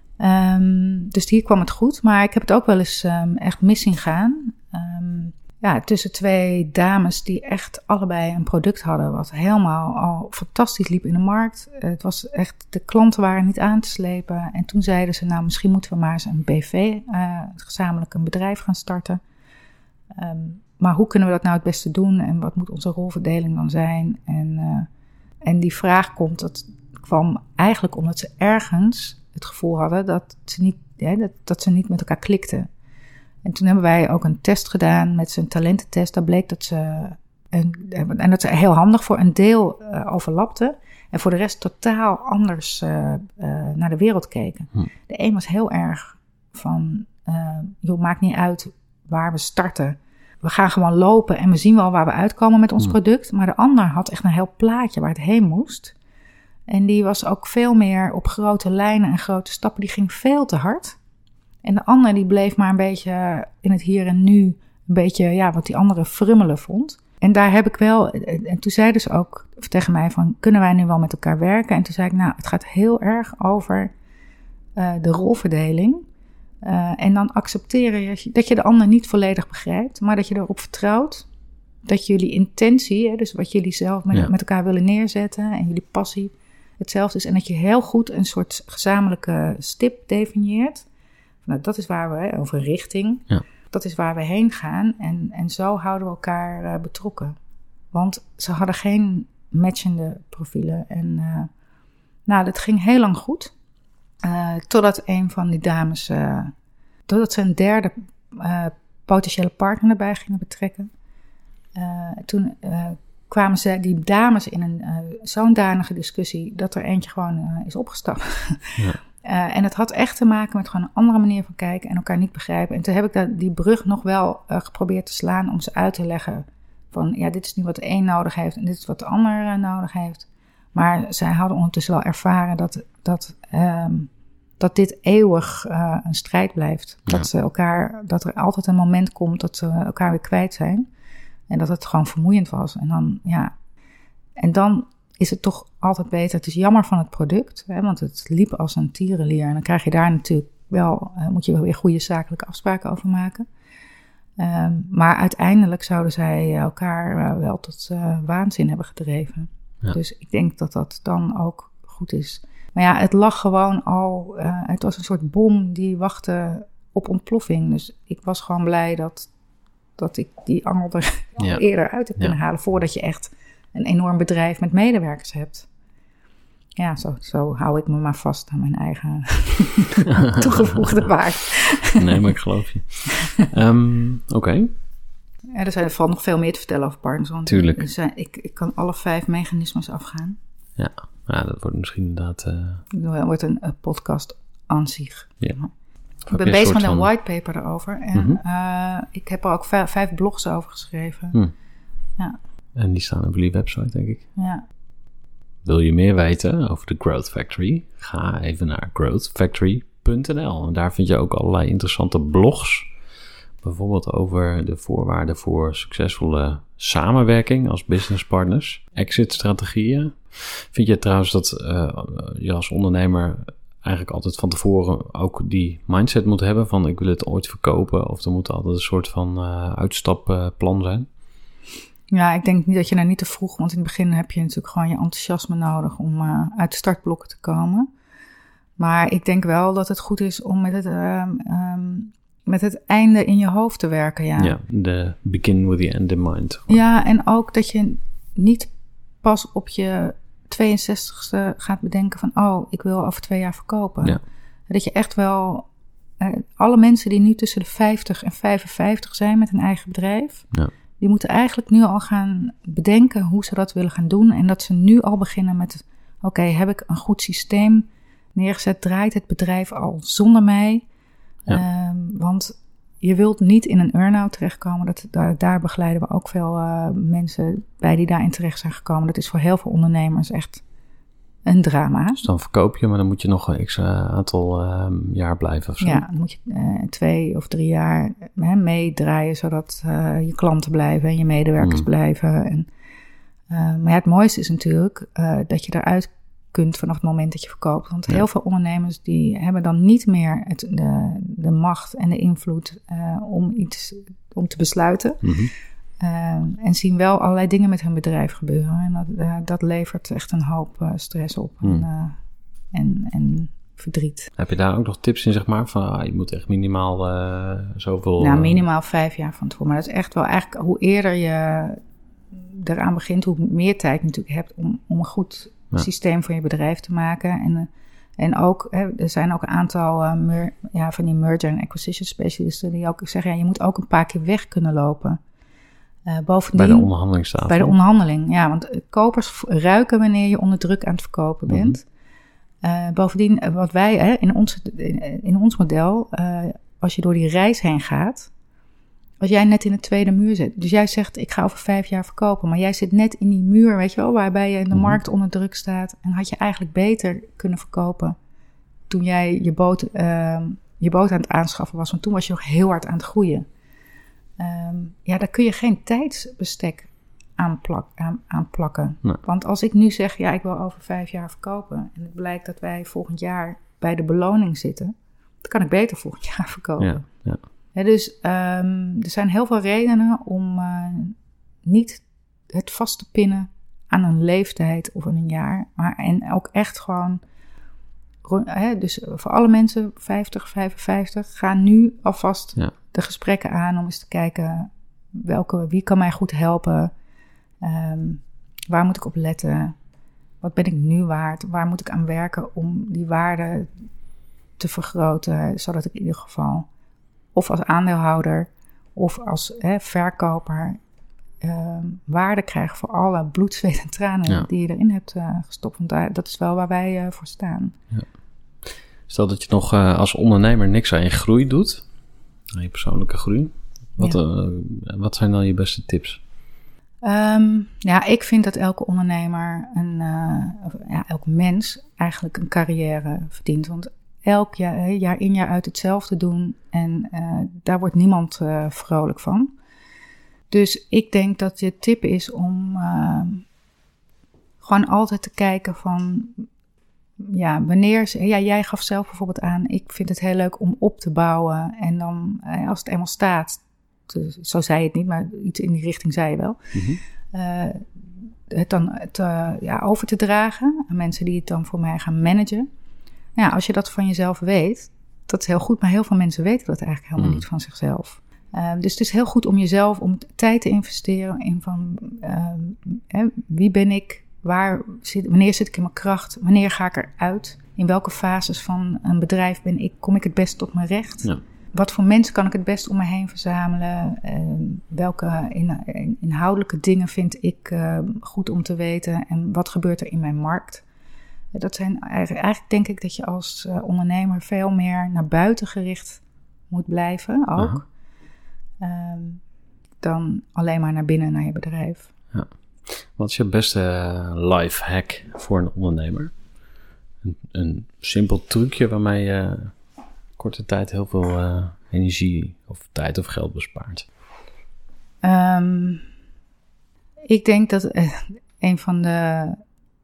Dus hier kwam het goed. Maar ik heb het ook wel eens echt mis zien gaan. Tussen twee dames die echt allebei een product hadden, wat helemaal al fantastisch liep in de markt. Het was echt, de klanten waren niet aan te slepen. En toen zeiden ze, nou misschien moeten we maar eens een BV, gezamenlijk een bedrijf gaan starten. Maar hoe kunnen we dat nou het beste doen? En wat moet onze rolverdeling dan zijn? En die vraag kwam eigenlijk omdat ze ergens het gevoel hadden dat ze niet met elkaar klikten. En toen hebben wij ook een test gedaan met zijn talententest. Daar bleek dat ze, en dat ze heel handig voor een deel overlapten. En voor de rest totaal anders naar de wereld keken. De een was heel erg van, joh, maakt niet uit waar we starten. We gaan gewoon lopen en we zien wel waar we uitkomen met ons product. Maar de ander had echt een heel plaatje waar het heen moest. En die was ook veel meer op grote lijnen en grote stappen. Die ging veel te hard. En de ander die bleef maar een beetje in het hier en nu, een beetje wat die andere frummelen vond. En daar heb ik wel, en toen zeiden ze ook tegen mij van, kunnen wij nu wel met elkaar werken? En toen zei ik, nou, het gaat heel erg over de rolverdeling. En dan accepteren dat je de ander niet volledig begrijpt, maar dat je erop vertrouwt dat jullie intentie, dus wat jullie zelf met elkaar willen neerzetten en jullie passie hetzelfde is. En dat je heel goed een soort gezamenlijke stip definieert. Nou, dat is waar we, over richting, dat is waar we heen gaan. En zo houden we elkaar betrokken. Want ze hadden geen matchende profielen. En dat ging heel lang goed. Totdat een van die dames, totdat ze een derde potentiële partner erbij gingen betrekken. Toen kwamen die dames in een zo'n danige discussie dat er eentje gewoon is opgestapt. Ja. En het had echt te maken met gewoon een andere manier van kijken en elkaar niet begrijpen. En toen heb ik die brug nog wel geprobeerd te slaan om ze uit te leggen van, dit is nu wat de een nodig heeft en dit is wat de ander nodig heeft. Maar zij hadden ondertussen wel ervaren dat dit eeuwig een strijd blijft. Ja. Dat er altijd een moment komt dat ze elkaar weer kwijt zijn. En dat het gewoon vermoeiend was. En dan is het toch altijd beter. Het is jammer van het product, want het liep als een tierenlier. En dan krijg je daar natuurlijk wel, moet je weer goede zakelijke afspraken over maken. Maar uiteindelijk zouden zij elkaar wel tot waanzin hebben gedreven. Ja. Dus ik denk dat dat dan ook goed is. Maar het lag gewoon al, het was een soort bom die wachtte op ontploffing. Dus ik was gewoon blij dat ik die angel er eerder uit heb kunnen halen, voordat je echt een enorm bedrijf met medewerkers hebt. Ja, zo hou ik me maar vast aan mijn eigen toegevoegde waarde. Nee, maar ik geloof je. Oké. Er valt nog veel meer te vertellen over partners. Want tuurlijk. Ik kan alle 5 mechanismes afgaan. Ja, dat wordt misschien inderdaad... Het wordt een podcast aan zich. Ja. Ik ben bezig met een whitepaper erover. En ik heb er ook 5 blogs over geschreven. Ja. En die staan op jullie website, denk ik. Ja. Wil je meer weten over de Growth Factory? Ga even naar growthfactory.nl. En daar vind je ook allerlei interessante blogs. Bijvoorbeeld over de voorwaarden voor succesvolle samenwerking als businesspartners. Exit-strategieën. Vind je trouwens dat je als ondernemer eigenlijk altijd van tevoren ook die mindset moet hebben van ik wil het ooit verkopen, of er moet altijd een soort van uitstapplan zijn? Ja, ik denk niet dat je daar niet te vroeg, want in het begin heb je natuurlijk gewoon je enthousiasme nodig om uit de startblokken te komen. Maar ik denk wel dat het goed is om met met het einde in je hoofd te werken, ja. Ja, de begin with the end in mind. Ja, en ook dat je niet pas op je 62ste gaat bedenken van... ik wil over 2 jaar verkopen. Ja. Dat je echt wel... alle mensen die nu tussen de 50 en 55 zijn met een eigen bedrijf... Ja. Die moeten eigenlijk nu al gaan bedenken hoe ze dat willen gaan doen. En dat ze nu al beginnen met... Oké, heb ik een goed systeem neergezet? Draait het bedrijf al zonder mij? Ja. Want je wilt niet in een earn-out terechtkomen. Daar begeleiden we ook veel mensen bij die daarin terecht zijn gekomen. Dat is voor heel veel ondernemers echt een drama. Dus dan verkoop je, maar dan moet je nog een x aantal jaar blijven of zo. Ja, dan moet je 2 of 3 jaar meedraaien, zodat je klanten blijven en je medewerkers blijven. En, maar het mooiste is natuurlijk dat je eruit kunt vanaf het moment dat je verkoopt. Want heel veel ondernemers die hebben dan niet meer de macht en de invloed om te besluiten. Mm-hmm. En zien wel allerlei dingen met hun bedrijf gebeuren. En dat levert echt een hoop stress op en verdriet. Heb je daar ook nog tips in, zeg maar? Van je moet echt minimaal zoveel... Nou, minimaal 5 jaar van tevoren. Maar dat is echt wel eigenlijk hoe eerder je eraan begint, hoe meer tijd je natuurlijk hebt om een goed systeem voor je bedrijf te maken. En ook, er zijn ook een aantal van die merger en acquisition specialisten die ook zeggen, je moet ook een paar keer weg kunnen lopen. Bovendien, bij de onderhandelingstafel. Bij de onderhandeling, ja. Want kopers ruiken wanneer je onder druk aan het verkopen bent. Bovendien, wat wij in ons model, als je door die reis heen gaat, als jij net in de tweede muur zit. Dus jij zegt, ik ga over 5 jaar verkopen. Maar jij zit net in die muur, weet je wel, waarbij je in de markt onder druk staat. En had je eigenlijk beter kunnen verkopen toen jij je boot aan het aanschaffen was. Want toen was je nog heel hard aan het groeien. Daar kun je geen tijdsbestek aan plakken. Nee. Want als ik nu zeg, ik wil over 5 jaar verkopen. En het blijkt dat wij volgend jaar bij de beloning zitten. Dan kan ik beter volgend jaar verkopen. Ja. Dus er zijn heel veel redenen om niet het vast te pinnen aan een leeftijd of aan een jaar. En ook echt gewoon... Dus voor alle mensen 50, 55, gaan nu alvast de gesprekken aan om eens te kijken wie kan mij goed helpen, waar moet ik op letten, wat ben ik nu waard, waar moet ik aan werken om die waarde te vergroten, zodat ik in ieder geval of als aandeelhouder of als verkoper waarde krijg voor alle bloed, zweet en tranen die je erin hebt gestopt. Want dat is wel waar wij voor staan. Ja. Stel dat je nog als ondernemer niks aan je groei doet, aan je persoonlijke groei. Wat zijn dan je beste tips? Ik vind dat elke ondernemer, elk mens eigenlijk een carrière verdient. Want elk jaar in jaar uit hetzelfde doen en daar wordt niemand vrolijk van. Dus ik denk dat je tip is om gewoon altijd te kijken van... jij gaf zelf bijvoorbeeld aan, ik vind het heel leuk om op te bouwen. En dan, als het eenmaal staat, zo zei je het niet, maar iets in die richting zei je wel. Mm-hmm. Het over te dragen aan mensen die het dan voor mij gaan managen. Als je dat van jezelf weet, dat is heel goed. Maar heel veel mensen weten dat eigenlijk helemaal niet van zichzelf. Dus het is heel goed om jezelf, om tijd te investeren in van wie ben ik? Wanneer zit ik in mijn kracht? Wanneer ga ik eruit? In welke fases van een bedrijf kom ik het best tot mijn recht? Ja. Wat voor mensen kan ik het best om me heen verzamelen? Welke inhoudelijke dingen vind ik goed om te weten? En wat gebeurt er in mijn markt? Dat zijn eigenlijk denk ik dat je als ondernemer veel meer naar buiten gericht moet blijven ook. Dan alleen maar naar binnen, naar je bedrijf. Ja. Wat is je beste life hack voor een ondernemer? Een simpel trucje waarmee je korte tijd heel veel energie of tijd of geld bespaart. Ik denk dat een van de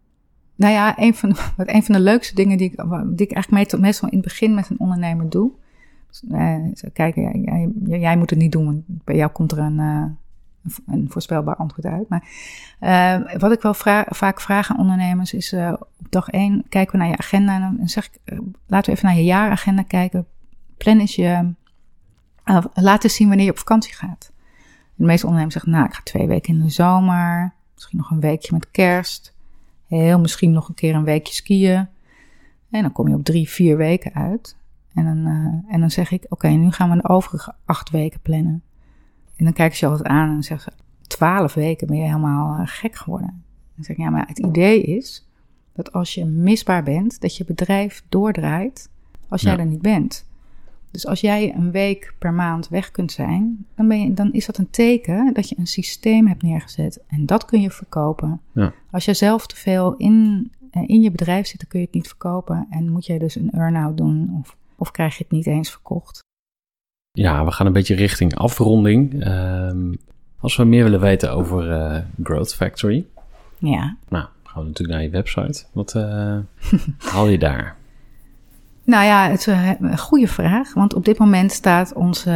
leukste dingen die ik eigenlijk meestal in het begin met een ondernemer doe. Kijk, jij moet het niet doen, want bij jou komt er een voorspelbaar antwoord uit. Maar wat ik wel vaak vraag aan ondernemers is... op dag 1 kijken we naar je agenda... en dan zeg ik, laten we even naar je jaaragenda kijken. Plan eens je laat eens zien wanneer je op vakantie gaat. De meeste ondernemers zeggen, ik ga 2 weken in de zomer. Misschien nog een weekje met kerst. Heel misschien nog een keer een weekje skiën. En dan kom je op 3-4 weken uit. En dan zeg ik, oké, nu gaan we de overige 8 weken plannen. En dan kijken ze je altijd aan en zeggen ze, 12 weken ben je helemaal gek geworden. Dan zeg ik, maar het idee is dat als je misbaar bent, dat je bedrijf doordraait als jij er niet bent. Dus als jij een week per maand weg kunt zijn, dan is dat een teken dat je een systeem hebt neergezet. En dat kun je verkopen. Ja. Als jij zelf te veel in je bedrijf zit, dan kun je het niet verkopen. En moet jij dus een earn-out doen of krijg je het niet eens verkocht. Ja, we gaan een beetje richting afronding. Als we meer willen weten over Growth Factory. Ja. Nou, gaan we natuurlijk naar je website. Wat haal je daar? Nou ja, het is een goede vraag. Want op dit moment staat onze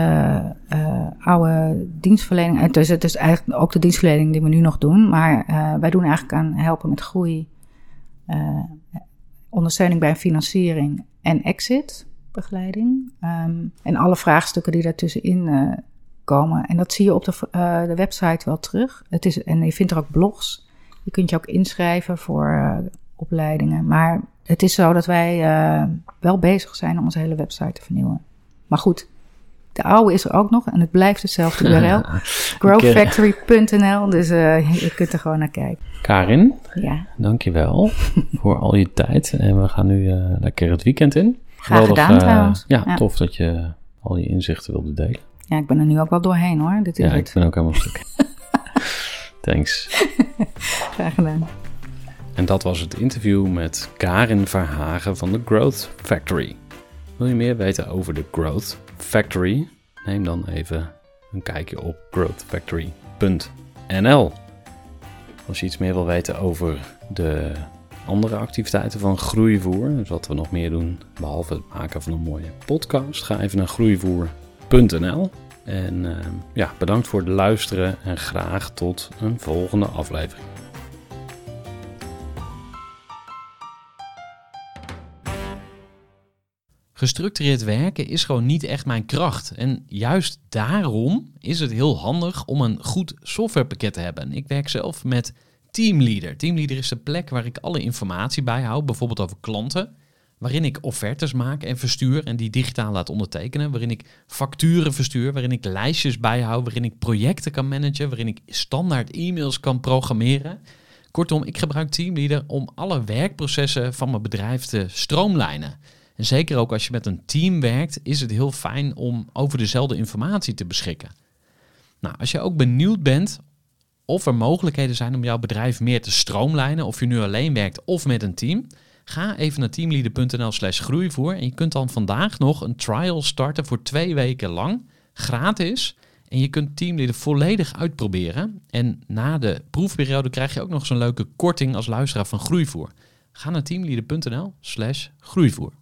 oude dienstverlening... Dus het is eigenlijk ook de dienstverlening die we nu nog doen. Maar wij doen eigenlijk aan helpen met groei, ondersteuning bij financiering en exit-begeleiding. En alle vraagstukken die daartussenin komen. En dat zie je op de website wel terug. En je vindt er ook blogs. Je kunt je ook inschrijven voor opleidingen. Maar het is zo dat wij wel bezig zijn om onze hele website te vernieuwen. Maar goed, de oude is er ook nog en het blijft hetzelfde URL. Growthfactory.nl, dus je kunt er gewoon naar kijken. Karin, dankjewel voor al je tijd. En we gaan nu lekker het weekend in. Graag gedaan trouwens. Ja, tof dat je al je inzichten wilde delen. Ja, ik ben er nu ook wel doorheen hoor. Ik ben ook helemaal stuk. Thanks. Graag gedaan. En dat was het interview met Karin Verhagen van de Growth Factory. Wil je meer weten over de Growth Factory? Neem dan even een kijkje op growthfactory.nl. Als je iets meer wil weten over de andere activiteiten van Groeivoer, dus wat we nog meer doen, behalve het maken van een mooie podcast, ga even naar groeivoer.nl. En bedankt voor het luisteren en graag tot een volgende aflevering. Gestructureerd werken is gewoon niet echt mijn kracht. En juist daarom is het heel handig om een goed softwarepakket te hebben. Ik werk zelf met Teamleader. Teamleader is de plek waar ik alle informatie bijhoud, bijvoorbeeld over klanten, waarin ik offertes maak en verstuur en die digitaal laat ondertekenen, waarin ik facturen verstuur, waarin ik lijstjes bijhoud, waarin ik projecten kan managen, waarin ik standaard e-mails kan programmeren. Kortom, ik gebruik Teamleader om alle werkprocessen van mijn bedrijf te stroomlijnen. En zeker ook als je met een team werkt, is het heel fijn om over dezelfde informatie te beschikken. Nou, als je ook benieuwd bent of er mogelijkheden zijn om jouw bedrijf meer te stroomlijnen, of je nu alleen werkt of met een team, ga even naar teamleader.nl/groeivoer en je kunt dan vandaag nog een trial starten voor 2 weken lang, gratis. En je kunt Teamleader volledig uitproberen. En na de proefperiode krijg je ook nog zo'n leuke korting als luisteraar van Groeivoer. Ga naar teamleader.nl/groeivoer.